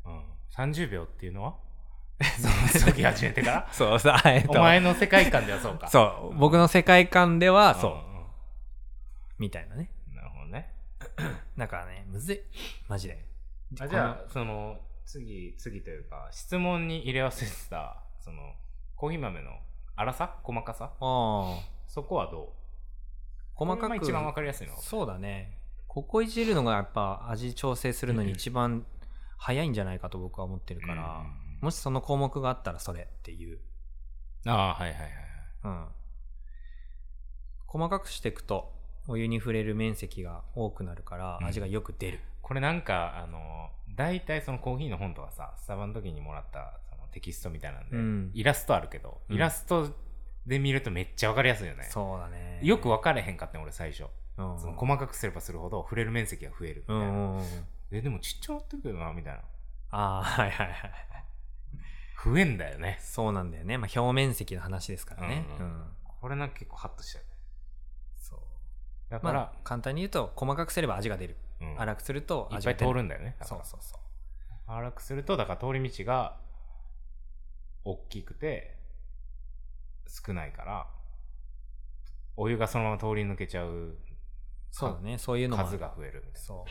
うん、さんじゅうびょうっていうのはその時始めてからそうさ、えっと、 お前の世界観ではそうか。 そう、うん、僕の世界観ではそう、うんうん、みたいなね。 なるほどね。 だからね、むずいマジで。 あ、じゃあその次次というか質問に入れ合わせてたそのコーヒー豆の粗さ細かさ、あそこはどう？細かく一番わかりやすいの？ そうだね。ここいじるのがやっぱ味調整するのに一番早いんじゃないかと僕は思ってるから、うん、もしその項目があったらそれっていう。 ああ、はいはいはい。 うん。細かくしていくとお湯に触れる面積が多くなるから味がよく出る。うん、 これなんかあの大体そのコーヒーの本とかさ、スタバの時にもらったそのテキストみたいなんで、うん、イラストあるけど、うん、イラストで見るとめっちゃわかりやすいよね。 そうだね。 よく分かれへんかったね俺最初。うんうん、その細かくすればするほど触れる面積が増えるみたいな。うんうんうん、えでもちっちゃなってるけどなみたいな。 ああはいはいはい。 増えんだよね。 そうなんだよね。まあ表面積の話ですからね。うんうんうん、 これなんか結構ハッとしちゃうね。 そう。 だから、まあ、簡単に言うと細かくすれば味が出る。うん、粗くすると味が出る。いっぱい通るんだよね。 そうそうそう。 粗くするとだから通り道が大きくて少ないからお湯がそのまま通り抜けちゃう。 そうだね。そういうのも数が増えるみたいな。 そう。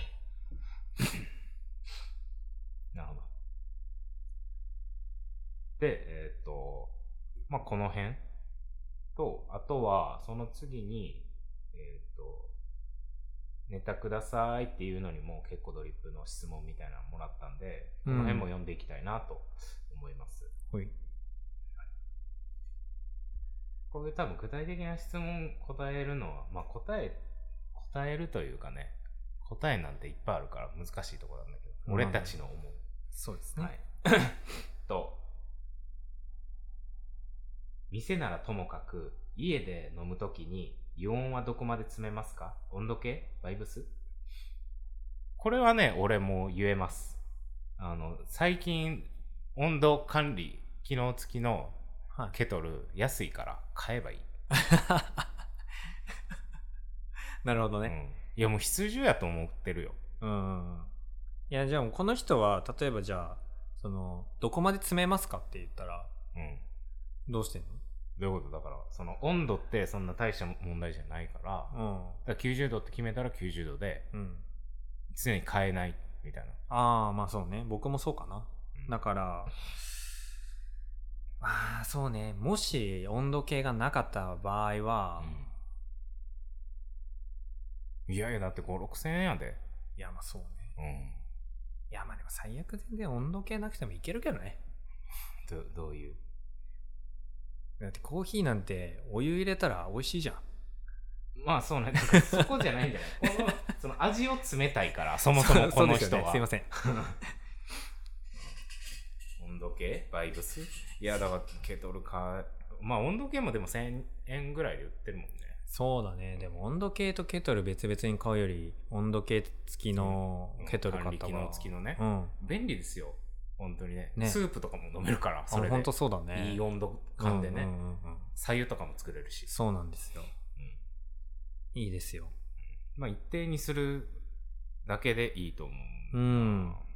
なるほど。で、えっと、まあ、この辺と、あとは、その次に、えっと、ネタくださいっていうのにも結構ドリップの質問みたいなのもらったんで、この辺も読んでいきたいなと思います。 うん、はい。 これ多分具体的な質問答えるのは、まあ、答え、答えるというかね、答えなんていっぱいあるから難しいところなんだけど、うん、俺たちの思う。 そうですね。はい。 と、店ならともかく、家で飲むときに油温はどこまで詰めますか？温度計？バイブス？これはね、俺も言えます。あの、最近、温度管理、機能付きのケトル、はい、安いから買えばいい。 なるほどね。 うん、いやもう必需やと思ってるよ。 うん。いやじゃあこの人は例えばじゃあそのどこまで詰めますかって言ったら、うん、どうしてんの？ どういうことだからその温度ってそんな大した問題じゃないから、うん、だからきゅうじゅうどって決めたらきゅうじゅうどで、うん、常に変えないみたいな。 ああまあそうね。僕もそうかな。うん、だからまあそうね。もし温度計がなかった場合は。うんいやいやだってご、ろくせんえんやで。 いやまあそうね。うん。いやまあでも最悪全然温度計なくてもいけるけどね。 どどういう？ だってコーヒーなんてお湯入れたら美味しいじゃん。 まあそうね。だからそこじゃないんじゃない？このその味を冷たいからそもそもこの人は。 すいません。 温度計？バイブス？いやだからケトルかまあ温度計もでもせんえんぐらいで売ってるもんね。 そうだね。でも温度計とケトル別々に買うより温度計付きのケトル買った方が、うん、 管理機能付きのね、うん、便利ですよ本当に ね, ねスープとかも飲めるからそれで本当そうだね。 いい温度感でね、うんうんうんうん、白湯とかも作れるし。 そうなんですよ、うん、いいですよ。 まあ一定にするだけでいいと思う。うん、うん、だ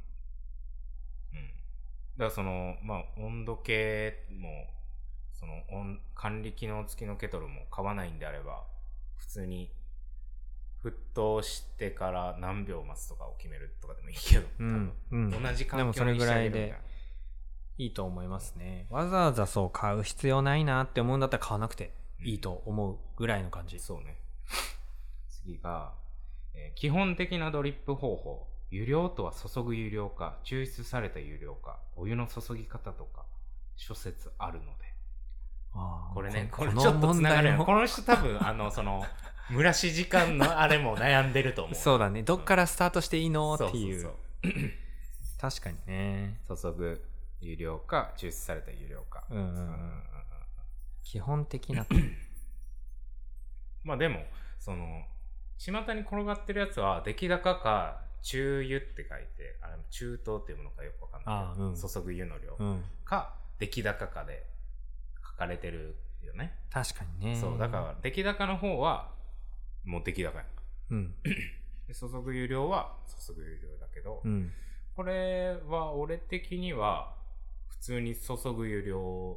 からそのまあ温度計もその管理機能付きのケトルも買わないんであれば普通に沸騰してから何秒待つとかを決めるとかでもいいけど、うんうん、同じ環境にしてあげるみたいな。でもそれぐらいでいいと思いますね。わざわざそう買う必要ないなって思うんだったら買わなくていいと思うぐらいの感じ、うん、 そうね。次が、えー、基本的なドリップ方法。湯量とは注ぐ湯量か抽出された湯量かお湯の注ぎ方とか諸説あるので。あこれねこれちょっとつながるよ。この人多分あのその蒸らし時間のあれも悩んでると思う。 そうだね。どっからスタートしていいのっていう。そうそうそう確かにね。 注ぐ湯量か抽出された湯量か、うんうんうんうん、 基本的なまあでもその巷に転がってるやつは出来高か中湯って書いてあれ中等っていうものかよくわかんないけど、うん、注ぐ湯の量、うん、か出来高かで書かれてるよね。 確かにね。 そうだから出来高の方はもう出来高やん、うん、で注ぐ湯量は注ぐ湯量だけど、うん、ここれは俺的には普通に注ぐ湯量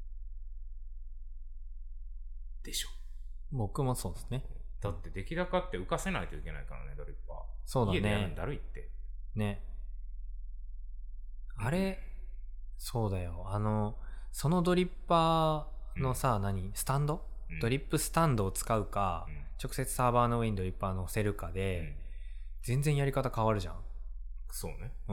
でしょ。 僕もそうですね。 だって出来高って浮かせないといけないからね、ドリッパー。 そうだね。 家でやるんだるいって。 ね。あれ、そうだよ。あの、そのドリッパーのさ、うん、何スタンド、うん、ドリップスタンドを使うか、うん、直接サーバーの上にドリッパー乗せるかで、うん、全然やり方変わるじゃん。 そうね。 うん。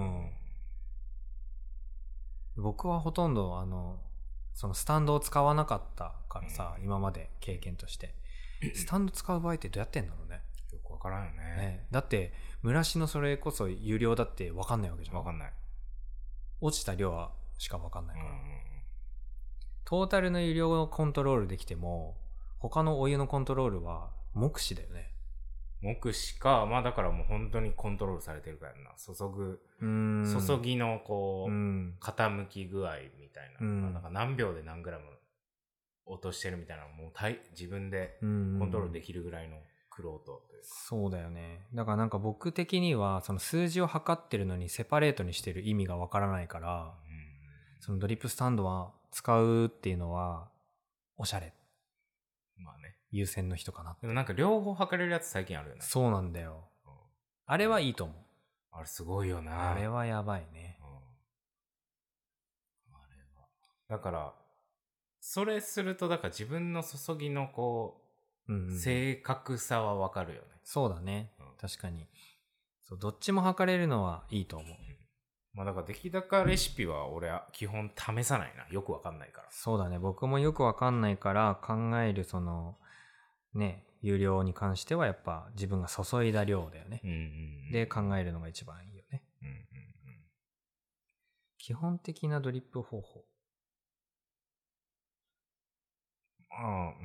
僕はほとんど、あの、そのスタンドを使わなかったからさ、うん、今まで経験として。スタンド使う場合ってどうやってんだろうね。 よくわからんよね。ね。 だって、蒸らしのそれこそ有料だってわかんないわけじゃん。 わかんない。 落ちた量はしかわかんないから。うん、トータルの湯量をコントロールできても、他のお湯のコントロールは目視だよね。 目視か、まあだからもう本当にコントロールされてるからな。注ぐ、注ぎのこう、傾き具合みたいな。なんか何秒で何グラム落としてるみたいなのもう自分でコントロールできるぐらいのクロートというか。 そうだよね。だからなんか僕的にはその数字を測ってるのにセパレートにしてる意味がわからないから、そのドリップスタンドは使うっていうのはおしゃれ。 まあね。 優先の人かな。 でもなんか両方測れるやつ最近あるよね。 そうなんだよ。うん、あれはいいと思う。 あれすごいよな。 あれはやばいね。うん、 あれは。だから、それすると、だから自分の注ぎのこう、うんうん、正確さはわかるよね。 そうだね。うん、確かに。そう、どっちも測れるのはいいと思う。うん、 まあだから出来高レシピは俺は基本試さないな。よくわかんないから。 そうだね。僕もよくわかんないから考えるその、ね、有料に関してはやっぱ自分が注いだ量だよね。うんうんうん、で考えるのが一番いいよね。うんうんうん、基本的なドリップ方法。 ああ、うん。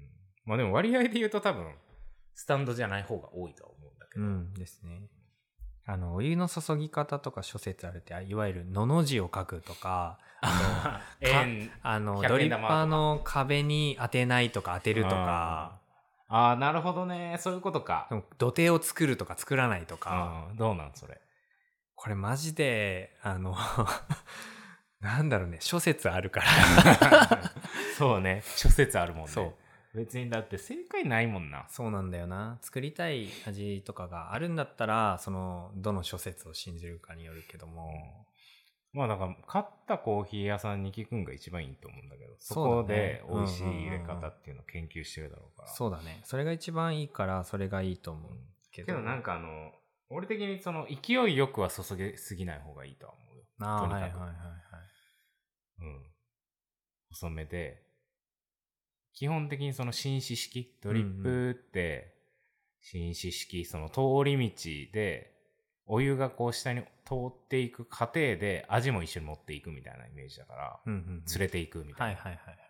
まあでも割合で言うと多分、スタンドじゃない方が多いとは思うんだけど。 うんですね。あの、お湯の注ぎ方とか諸説あるって、いわゆるのの字を書くとか、あと、あの、ドリッパーの壁に当てないとか当てるとか。 ああ、なるほどね。そういうことか。 土手を作るとか作らないとか。 どうなんそれ。 これマジで、あの、なんだろうね、諸説あるから。 そうね、諸説あるもんね。そう。別にだって正解ないもんな。 そうなんだよな。作りたい味とかがあるんだったら、その、どの諸説を信じるかによるけども。 うん、まあだから、買ったコーヒー屋さんに聞くんが一番いいと思うんだけど、そこで美味しい入れ方っていうのを研究してるだろうから。 そうだね。それが一番いいから、それがいいと思うけど。けどなんかあの、俺的にその勢いよくは注げすぎない方がいいとは思うよ。 ああ、とにかく。はいはいはいはい。 うん。細めで、基本的にその浸子式、ドリップって浸子式、その通り道でお湯がこう下に通っていく過程で味も一緒に持っていくみたいなイメージだから、うんうんうん、連れていくみたいな。はいはいはい。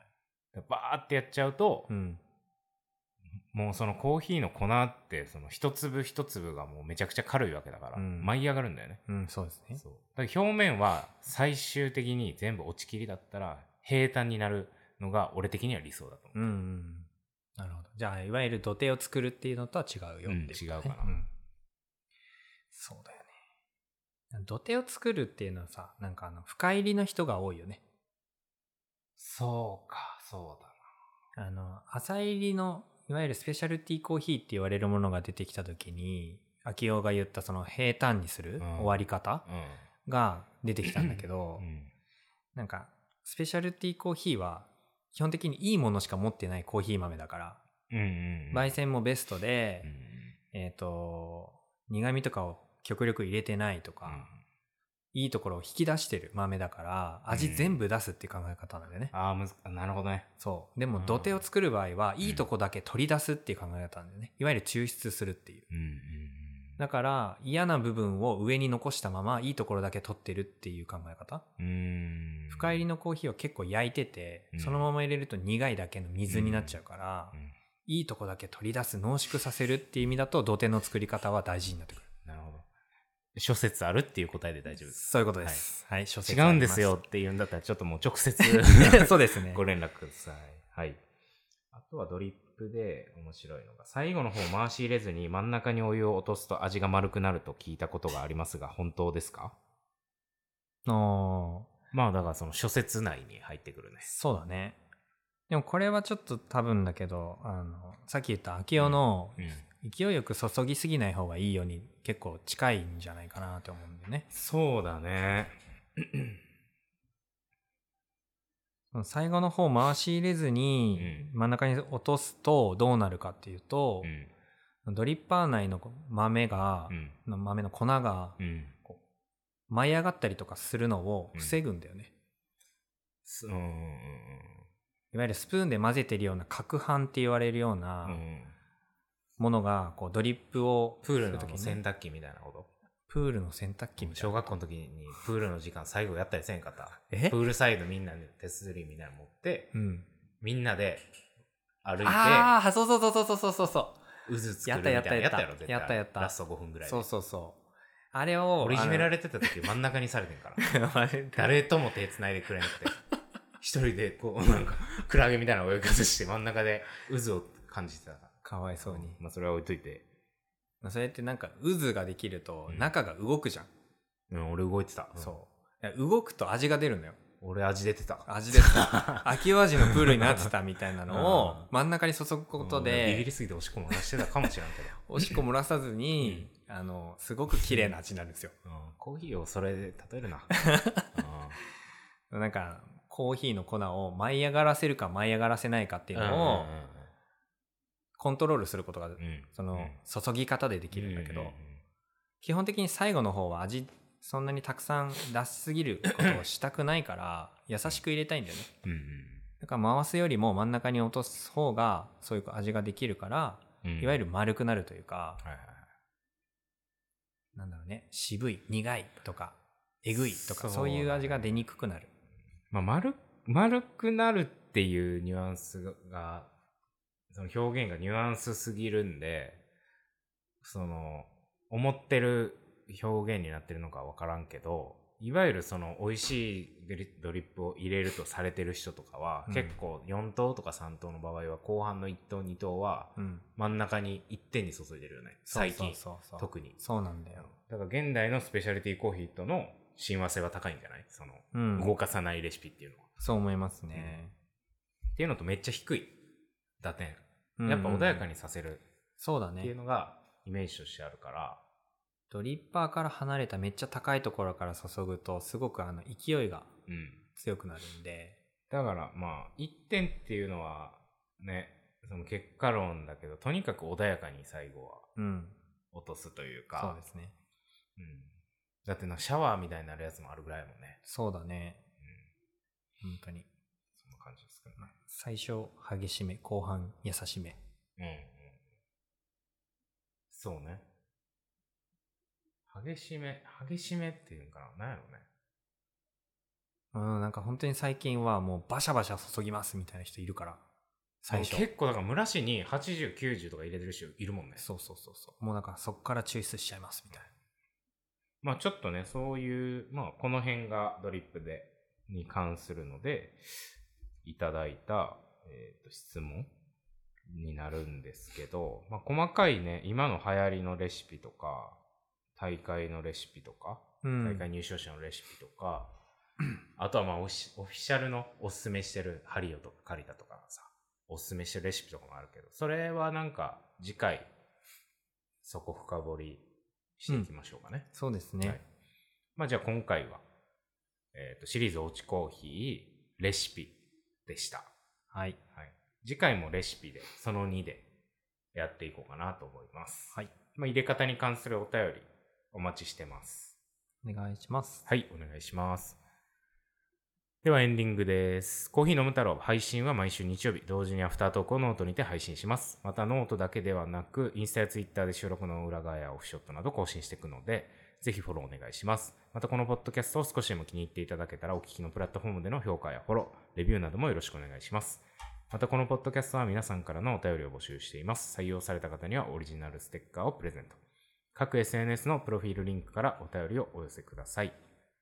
バーってやっちゃうと、うん、もうそのコーヒーの粉ってその一粒一粒がもうめちゃくちゃ軽いわけだから、うん、舞い上がるんだよね。 うん、そうですね。 そう。だから表面は最終的に全部落ちきりだったら平坦になるのが俺的には理想だと思う。うん、うん。 なるほど。じゃあいわゆる土手を作るっていうのとは違うよっていう、ね。うん、 違うかな、 うん。そうだよね。土手を作るっていうのはさ、なんかあの深入りの人が多いよね。 そうか、そうだな。あの浅入りのいわゆるスペシャルティーコーヒーって言われるものが出てきたときに、秋代が言ったその平坦にする終わり方が出てきたんだけど、うんうん、なんかスペシャルティーコーヒーは基本的にいいものしか持ってないコーヒー豆だから、うんうんうん、焙煎もベストで、うん、えっと、苦味とかを極力入れてないとか、うん、いいところを引き出してる豆だから、味全部出すっていう考え方なんだよね。 うん、ああ、むず、なるほどね。 そう。でも土手を作る場合は、いいとこだけ取り出すっていう考え方なんだよね。いわゆる抽出するっていう。うんうん、だから嫌な部分を上に残したままいいところだけ取ってるっていう考え方。うーん、深入りのコーヒーは結構焼いてて、うん、そのまま入れると苦いだけの水になっちゃうから、うんうん、いいとこだけ取り出す、濃縮させるっていう意味だと土手の作り方は大事になってくる。 なるほど。諸説あるっていう答えで大丈夫です。 そういうことです。はい。はい、諸説違うんですよって言うんだったらちょっともう直接そうですね。 ご連絡ください。はい。あとはドリップで面白いのが、最後の方回し入れずに真ん中にお湯を落とすと味が丸くなると聞いたことがありますが、本当ですか？ あまあだからその諸説内に入ってくるね。 そうだね。でもこれはちょっと多分だけど、あのさっき言った秋代の、うんうん、勢いよく注ぎすぎない方がいいように結構近いんじゃないかなと思うんだよね。 そうだね。 最後の方回し入れずに真ん中に落とすとどうなるかっていうと、うん、ドリッパー内の豆が、うん、豆の粉がこう舞い上がったりとかするのを防ぐんだよね。 うん、 いわゆるスプーンで混ぜてるような攪拌って言われるようなものがこうドリップをプールの洗濯機みたいなこと。 プールの洗濯機みたいな。 小学校の時にプールの時間最後やったりせんかった。えプールサイドみんなで手すりみたいなの持って、うん、みんなで歩いて。 ああ、そうそうそうそうそうそうそう。 渦作るみたいな。やったやったやったやったやったラストごふんぐらいで。 そうそうそう。あれを。 俺いじめられてた時真ん中にされてんから。誰とも手繋いでくれなくて。一人でこうなんかクラゲみたいな泳ぎ方して真ん中で渦を感じてた。 かわいそうに。 まあそれは置いといて。 それってなんか渦ができると中が動くじゃん。 うん、俺動いてた。 そう。動くと味が出るのよ。 俺味出てた。 味出てた。秋代味のプールになってたみたいなのを真ん中に注ぐことで。 ビビりすぎておしっこ漏らしてたかもしれんけど。 おしっこ漏らさずに、うん、あの、すごく綺麗な味になるんですよ。 うん、コーヒーをそれで例えるな。 うん、なんか、コーヒーの粉を舞い上がらせるか舞い上がらせないかっていうのを、コントロールすることが、うん、その、注ぎ方でできるんだけど、うんうんうん、基本的に最後の方は味、そんなにたくさん出しすぎることをしたくないから、優しく入れたいんだよね。うんうん、だから回すよりも真ん中に落とす方が、そういう味ができるから、うん、いわゆる丸くなるというか、はいはい、なんだろうね、渋い、苦いとか、えぐいとか、そういう味が出にくくなる。 まあ、丸、丸くなるっていうニュアンスが、その表現がニュアンスすぎるんで、その、思ってる表現になってるのかわからんけど、いわゆるその美味しいドリップを入れるとされてる人とかは、うん、結構よん等とかさん等の場合は後半のいち等に等は真ん中に一点に注いでるよね、うん、最近そうそうそう特にそうなんだよ。 だから現代のスペシャリティコーヒーとの親和性は高いんじゃない？その、うん、動かさないレシピっていうのは。 そう思いますね、 うん、っていうのとめっちゃ低い打点、うんうん、やっぱ穏やかにさせるそうだねっていうのがイメージとしてあるから、 ドリッパーから離れためっちゃ高いところから注ぐとすごくあの勢いが強くなるんで、 うん、だからまあいってんっていうのはね、その結果論だけど、とにかく穏やかに最後は落とすというか、 うん、そうですね、 うん、だってなんかシャワーみたいになるやつもあるぐらいもんね。 そうだね、うん、本当にそんな感じですけどね。 最初激しめ、後半優しめ、うん、うん、 そうね。激しめ、激しめっていうのかな、なんやろうね。 うん、なんか本当に最近はもうバシャバシャ注ぎますみたいな人いるから。 最初。結構だから蒸らしにはちじゅう、きゅうじゅうとか入れてる人いるもんね。 そうそうそうそう。もうなんかそっから抽出しちゃいますみたいな。 まあちょっとね、そういう、まあこの辺がドリップで、に関するので、いただいた、えーと、質問になるんですけど、まあ細かいね、今の流行りのレシピとか、大会のレシピとか、うん、大会入賞者のレシピとか、うん、あとはまあオフィシャルのおすすめしてるハリオとかカリタとかさ、おすすめしてるレシピとかもあるけど、それはなんか次回そこ深掘りしていきましょうかね。 うん、そうですね。 はい、まあじゃあ今回は、えっとシリーズおうちコーヒーレシピでした。 はい。 はい。次回もレシピでそのにでやっていこうかなと思います。 はい。 まあ入れ方に関するお便りお待ちしてます。 お願いします。 はい、お願いします。ではエンディングです。コーヒー飲む太郎、配信は毎週日曜日、同時にアフタートークをノートにて配信します。またノートだけではなく、インスタやツイッターで収録の裏側やオフショットなど更新していくので、ぜひフォローお願いします。またこのポッドキャストを少しでも気に入っていただけたら、お聞きのプラットフォームでの評価やフォロー、レビューなどもよろしくお願いします。またこのポッドキャストは皆さんからのお便りを募集しています。採用された方にはオリジナルステッカーをプレゼント。各 エスエヌエス のプロフィールリンクからお便りをお寄せください。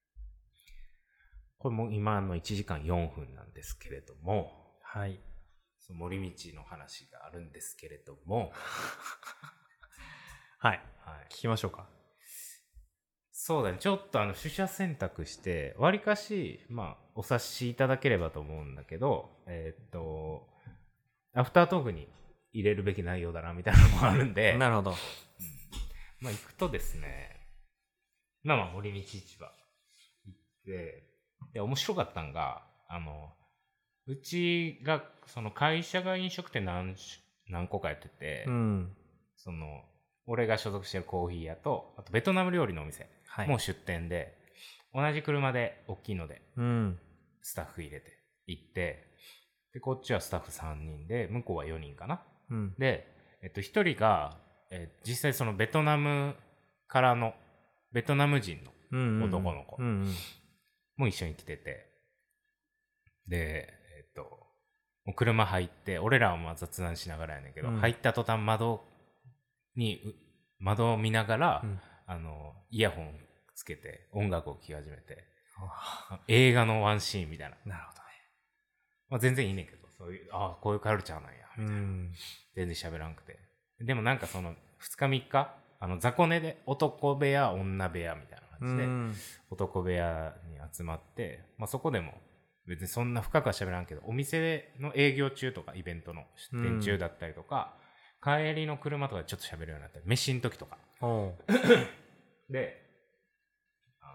これも今のいちじかんよんぷんなんですけれども、 はい。 その森道の話があるんですけれども、 はい、はい。聞きましょうか。 そうだね、ちょっとあの取捨選択してわりかしまあお察しいただければと思うんだけど、えー、っとアフタートークに入れるべき内容だなみたいなのもあるんでなるほど、うん、 まあ行くとですね、まあまあ森道市場行って、で面白かったんが、あのうちがその会社が飲食店 何, 何個かやってて、うん、その俺が所属してるコーヒー屋と、あとベトナム料理のお店も出店で、はい、同じ車で大きいので、うん、スタッフ入れて行って、でこっちはスタッフさんにんで、向こうはよにんかな、うん、で、えっと、ひとりが、えー、実際そのベトナムからのベトナム人の男の子も一緒に来てて、で、えっと、もう車入って、俺らはまあ雑談しながらやねんけど、うん、入った途端窓に窓を見ながら、うん、あのイヤホンつけて音楽を聴き始めて、映画のワンシーンみたいな。 なるほどね。 まあ、全然いいねんけど、そういう、ああこういうカルチャーなんやみたいな、うん、全然喋らんくて、でもなんかそのふつかみっかあの雑魚寝で男部屋女部屋みたいな感じで、うん、男部屋に集まって、まあ、そこでも別にそんな深くは喋らんけど、お店の営業中とかイベントの出店中だったりとか、うん、帰りの車とかでちょっと喋るようになったり、飯の時とかで、あ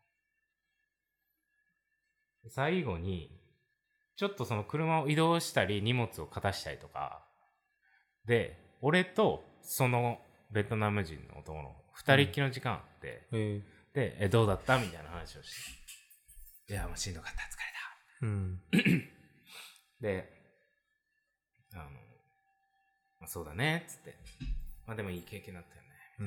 の最後にちょっとその車を移動したり荷物をかたしたりとかで、俺とそのベトナム人の男のふたりっきりの時間あって、うん、でえどうだったみたいな話をして、いやもうしんどかった、疲れた、うん、であの、まあ、そうだねっつって、まあでもいい経験だったよね、うん、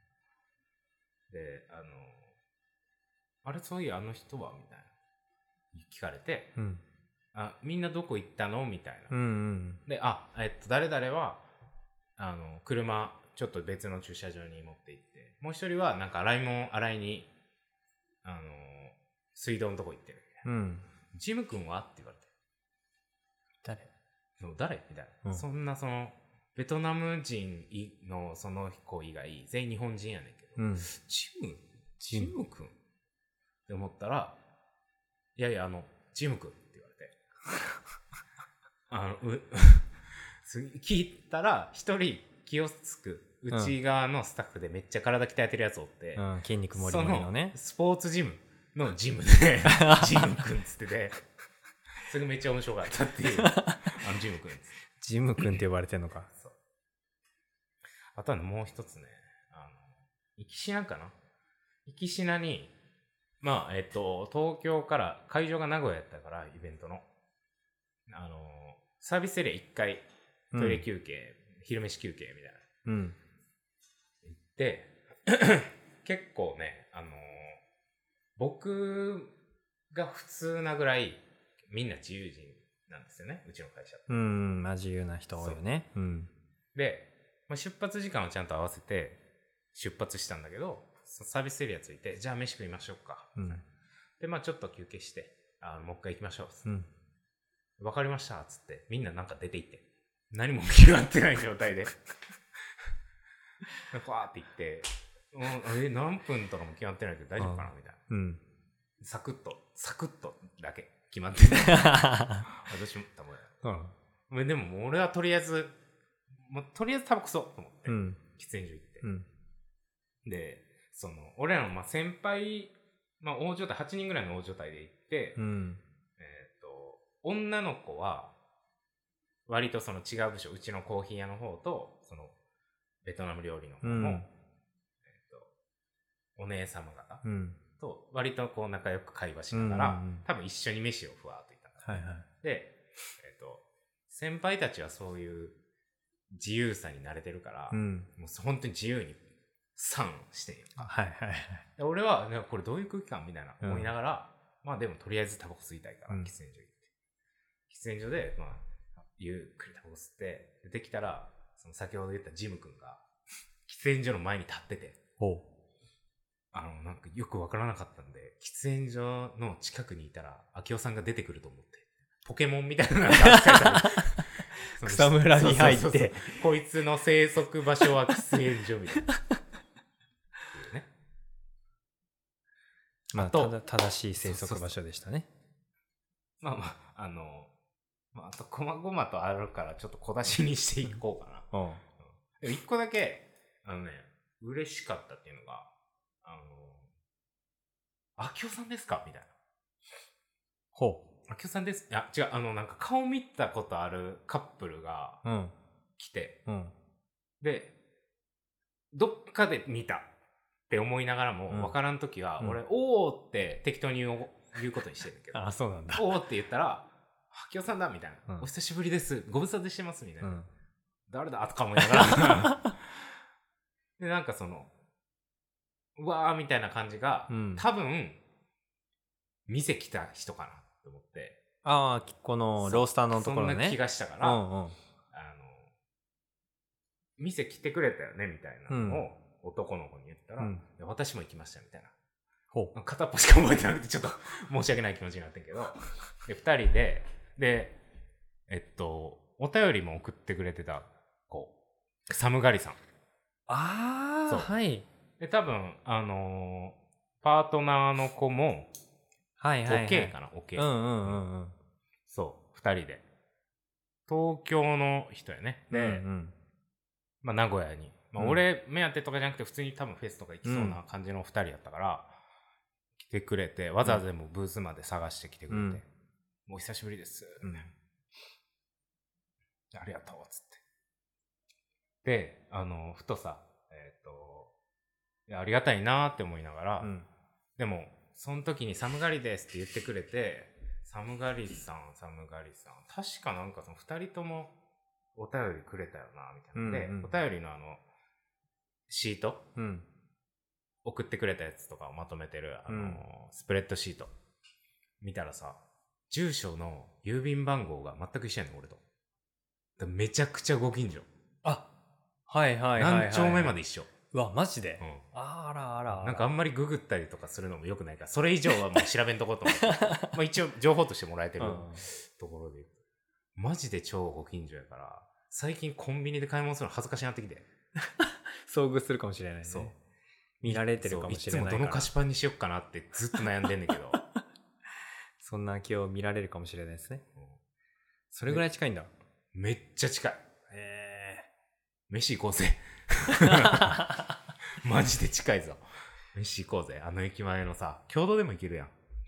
であのあれそういやあの人はみたいな聞かれて、うん、あみんなどこ行ったのみたいな、うんうん、であえっと誰々はあの車ちょっと別の駐車場に持って行って、もう一人はなんか洗い物洗いにあの水道のとこ行ってるみたいな、うん、ジム君はって言われて、 誰誰みたいな、うん、そんなそのベトナム人のその子以外全員日本人やねんけど、うん、ジムジム君って思ったら、いやいやあのジム君って言われてあのう聞いたら一人気をつく内側のスタッフでめっちゃ体鍛えてるやつおって、 うん、筋肉もりもりのね、 スポーツジムのジムでジムくんっつってて、それめっちゃ面白かったっていうあのジムくんジムくんって呼ばれてんのか。 そう、あとは、ね、もう一つね、あの行きしなかな行きしなにまあえっと東京から会場が名古屋やったからイベントのあのサービスエリアいっかいトイレ休憩、うん、昼飯休憩みたいな、うん、行って結構ね、あのー、僕が普通なぐらいみんな自由人なんですよね、うちの会社って。 うん、まあ自由な人多いよね。うん、 で、まあ、出発時間をちゃんと合わせて出発したんだけど、サービスエリアついて、じゃあ飯食いましょうか、うん、でまあちょっと休憩してあもう一回行きましょう、うん、分かりましたっつってみんななんか出て行って、何も決まってない状態でファーって行って、え何分とかも決まってないけど大丈夫かなみたいな、うん、サクッとサクッとだけ決まってない私もたまや、うん、でももう俺はとりあえずもうとりあえずタバコ吸おうと思って、うん、喫煙所行って、うん、でその俺らのまあ先輩、まあ、大所帯はちにんぐらいの大所帯で行って、うん、えっと女の子は割とその違う部署、うちのコーヒー屋の方とそのベトナム料理の方の、うんえー、とお姉様方と割とこう仲良く会話しながら、うんうんうん、多分一緒に飯をふわーっといったんだ、はいはい、で、えー、と先輩たちはそういう自由さに慣れてるから、うん、もう本当に自由にサンしてんよ、はいはいはい、で俺は、ね、これどういう空気感みたいな思いながら、うん、まあでもとりあえずタバコ吸いたいから、うん、喫煙所行って喫煙所でまあゆっくりタバコ吸ってできたら、その先ほど言ったジム君が喫煙所の前に立ってて、あのなんかよくわからなかったんで、喫煙所の近くにいたら明夫さんが出てくると思ってポケモンみたいなのが扱いされて草むらに入って、そうそうそうそう、 こいつの生息場所は喫煙所みたいなね、 まあ、ただ正しい生息場所でしたね。 まあまあ、あの、まあ、あと、こまごまとあるから、ちょっと小出しにしていこうかな。うん。でも一個だけ、あのね、嬉しかったっていうのが、あの、あきおさんですかみたいな。 ほう。あきおさんです。いや、違う、あの、なんか顔見たことあるカップルが、来て、うんうん、で、どっかで見たって思いながらも、分からんときは、うん、俺、おーって適当に言う言うことにしてるんだけど、 あ、そうなんだ。 おーって言ったら、あきおさんだみたいな、うん、お久しぶりです、ご無沙汰してますみたいな、うん、誰だとか思いながらで、なんかそのうわーみたいな感じが、うん、多分店来た人かなと思って、 ああ、このロースターのところね、 そんな気がしたから、うんうん、あの店来てくれたよねみたいなのを男の子に言ったら、うん、私も行きましたみたいな、ほう、片っぽしか覚えてなくてちょっと申し訳ない気持ちになってんけどでふたりででえっとお便りも送ってくれてた子、サムガリさん、 ああ、はい、 で多分あのー、パートナーの子もはいはいはい、 OK かな、 OK、 うんうんうんうん、 そうふたりで東京の人やね、で、うんうん、まあ名古屋に、まあ、俺目当てとかじゃなくて普通に多分フェスとか行きそうな感じのふたりだったから、うん、来てくれて、わざわざでもブースまで探してきてくれて、うん、もう久しぶりです、うん、ありがとうっつってで、あのふとさ、えっといやありがたいなって思いながら、うん、でもその時にサムガリですって言ってくれて、サムガリさんサムガリさん確かなんかそのふたりともお便りくれたよなみたいなので、うんうん、お便りのあのシート、うん、送ってくれたやつとかをまとめてるあの、うん、スプレッドシート見たらさ、住所の郵便番号が全く一緒やねん俺と。めちゃくちゃご近所。 あ、はいはいはいはい、はい、 何丁目まで一緒。 うわマジで、うん、あらあらあら、 なんかあんまりググったりとかするのもよくないから、それ以上はもう調べんとこうと思ってまあ一応情報としてもらえてる、うん、ところでマジで超ご近所やから、最近コンビニで買い物するの恥ずかしになってきて遭遇するかもしれないね。そう、見られてるかもしれないから、 いつもどの菓子パンにしよっかなってずっと悩んでんだけどそんな今日見られるかもしれないですね、うん、それぐらい近いんだ。 めっちゃ近い。へえ。飯行こうぜマジで近いぞ。飯行こうぜ。あの駅前のさ、共同でも行けるやん。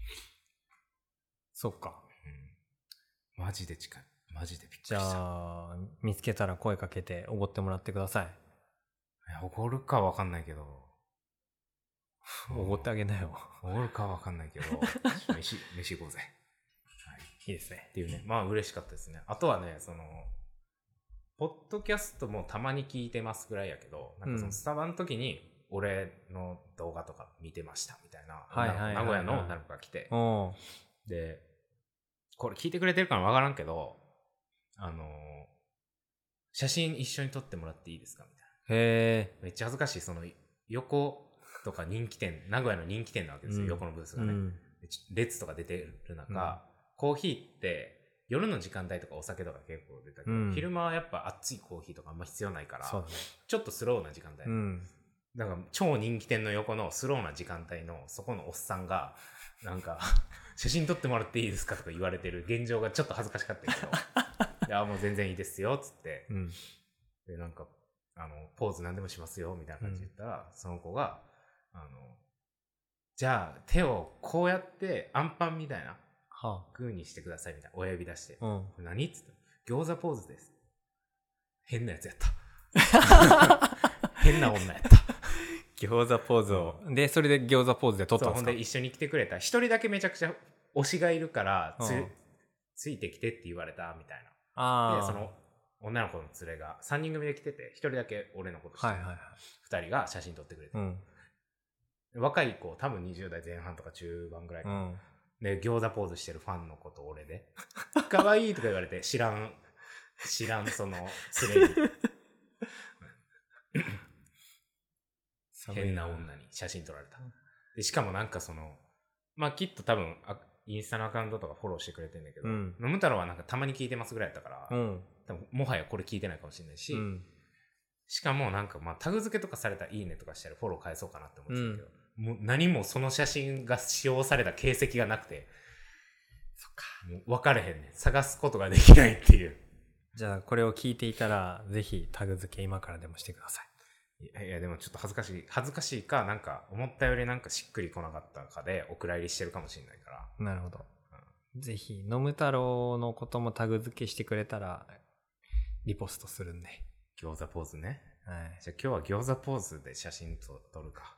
そっか、 うん、マジで近い。マジでびっくりした。じゃあ見つけたら声かけておごってもらってください。 おごるかわかんないけどおごってあげなよ。 おごるかわかんないけど飯飯行こうぜ、 はい、いいですねっていうね。まあ嬉しかったですね。あとはね、そのポッドキャストもたまに聞いてますぐらいやけど、なんかそのスタバの時に俺の動画とか見てましたみたいな、はいはいはいはい、名古屋の女の子が来て、でこれ聞いてくれてるかなわからんけど、あのー、写真一緒に撮ってもらっていいですかみたいな。へー、めっちゃ恥ずかしい。その横とか人気店、名古屋の人気店なわけですよ、うん、横のブースがね、うん、列とか出てる中、うん、コーヒーって夜の時間帯とかお酒とか結構出たけど、うん、昼間はやっぱ熱いコーヒーとかあんま必要ないから、ね、ちょっとスローな時間帯、うん、だから超人気店の横のスローな時間帯のそこのおっさんがなんか写真撮ってもらっていいですかとか言われてる現状がちょっと恥ずかしかったけどいやもう全然いいですよっつって、うん、でなんかあのポーズ何でもしますよみたいな感じで言ったら、うん、その子があのじゃあ手をこうやってアンパンみたいなグーにしてくださいみたいな親指出して、うん、何っつったら餃子ポーズです。変なやつやった変な女やった餃子ポーズを、うん、でそれで餃子ポーズで撮ったんですか。 そう、ほんで一緒に来てくれた一人だけめちゃくちゃ推しがいるからつ、うん、ついてきてって言われたみたいな。あでその女の子の連れがさんにん組で来てて、一人だけ俺のことして、はいはいはい、ふたりが写真撮ってくれて、うん、若い子多分にじゅう代前半とか中盤ぐらいかな、うん、で餃子ポーズしてるファンの子と俺で可愛いとか言われて、知らん知らんその連れに変な女に写真撮られた。でしかもなんかそのまあきっと多分あインスタのアカウントとかフォローしてくれてんだけど、うん、飲む太郎はなんかたまに聞いてますぐらいだったから、うん、多分もはやこれ聞いてないかもしれないし、うん、しかもなんかまあタグ付けとかされたらいいねとかしたらフォロー返そうかなって思ってたけど、うん、 もう何もその写真が使用された形跡がなくて、 そっか。 もう分かれへんねん。探すことができないっていう。 じゃあこれを聞いていたら、ぜひタグ付け今からでもしてください。 いやいや、でもちょっと恥ずかしい。恥ずかしいか、なんか思ったよりなんかしっくりこなかったかで、お蔵入りしてるかもしれないから。 なるほど。うん、ぜひ、飲む太郎のこともタグ付けしてくれたら、リポストするんで。 餃子ポーズね。 はい。 じゃあ今日は餃子ポーズで写真と撮るか。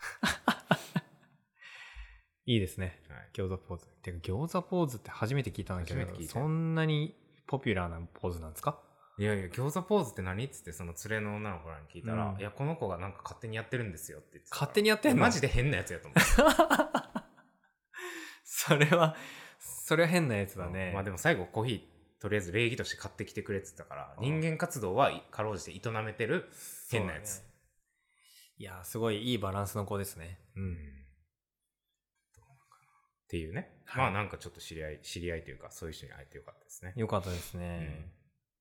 いいですね。はい、餃子ポーズ。てか餃子ポーズって初めて聞いたんだけど、そんなにポピュラーなポーズなんですか？ いやいや、餃子ポーズって何っつってその連れの女の子らに聞いたら、うん、いや、この子がなんか勝手にやってるんですよって言ってた。 勝手にやってんの？ マジで変なやつやと思う。 それは、それは変なやつだね。 まあでも最後コーヒーとりあえず礼儀として買ってきてくれって言ったから、人間活動はかろうじて営めてる変なやつ。 ね、いや、すごいいいバランスの子ですね。うん。 っていうね。はい、まあなんかちょっと知り合い、知り合いというか、そういう人に会えてよかったですね。 よかったですね。うん、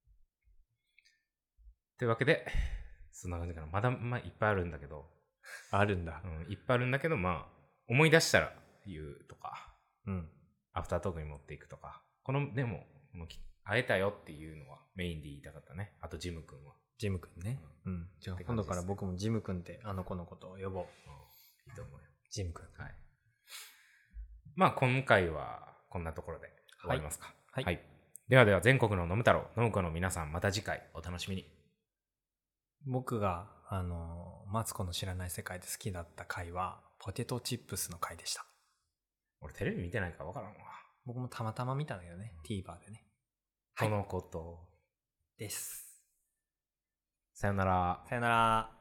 というわけで、そんな感じかな。まだ、まあいっぱいあるんだけど。 あるんだ。 うん、いっぱいあるんだけど、まあ、思い出したら言うとか、 うん。 アフタートークに持っていくとか、この、でも、この会えたよっていうのはメインで言いたかったね。あとジム君は。 ジム君ね。うん。うん、じゃあ今度から僕もジム君ってあの子のことを呼ぼう。うん、 いいと思うよ。 ジム君。 はい。まあ今回はこんなところで終わりますか。 はい。はい、 ではでは全国の飲む太郎、飲む子の皆さんまた次回お楽しみに。 僕が、あの、マツコの知らない世界で好きだった回はポテトチップスの回でした。 俺テレビ見てないから分からんわ。 僕もたまたま見たんだけどね。TVer でね。 そのこと。 です。 さよなら。 さよなら。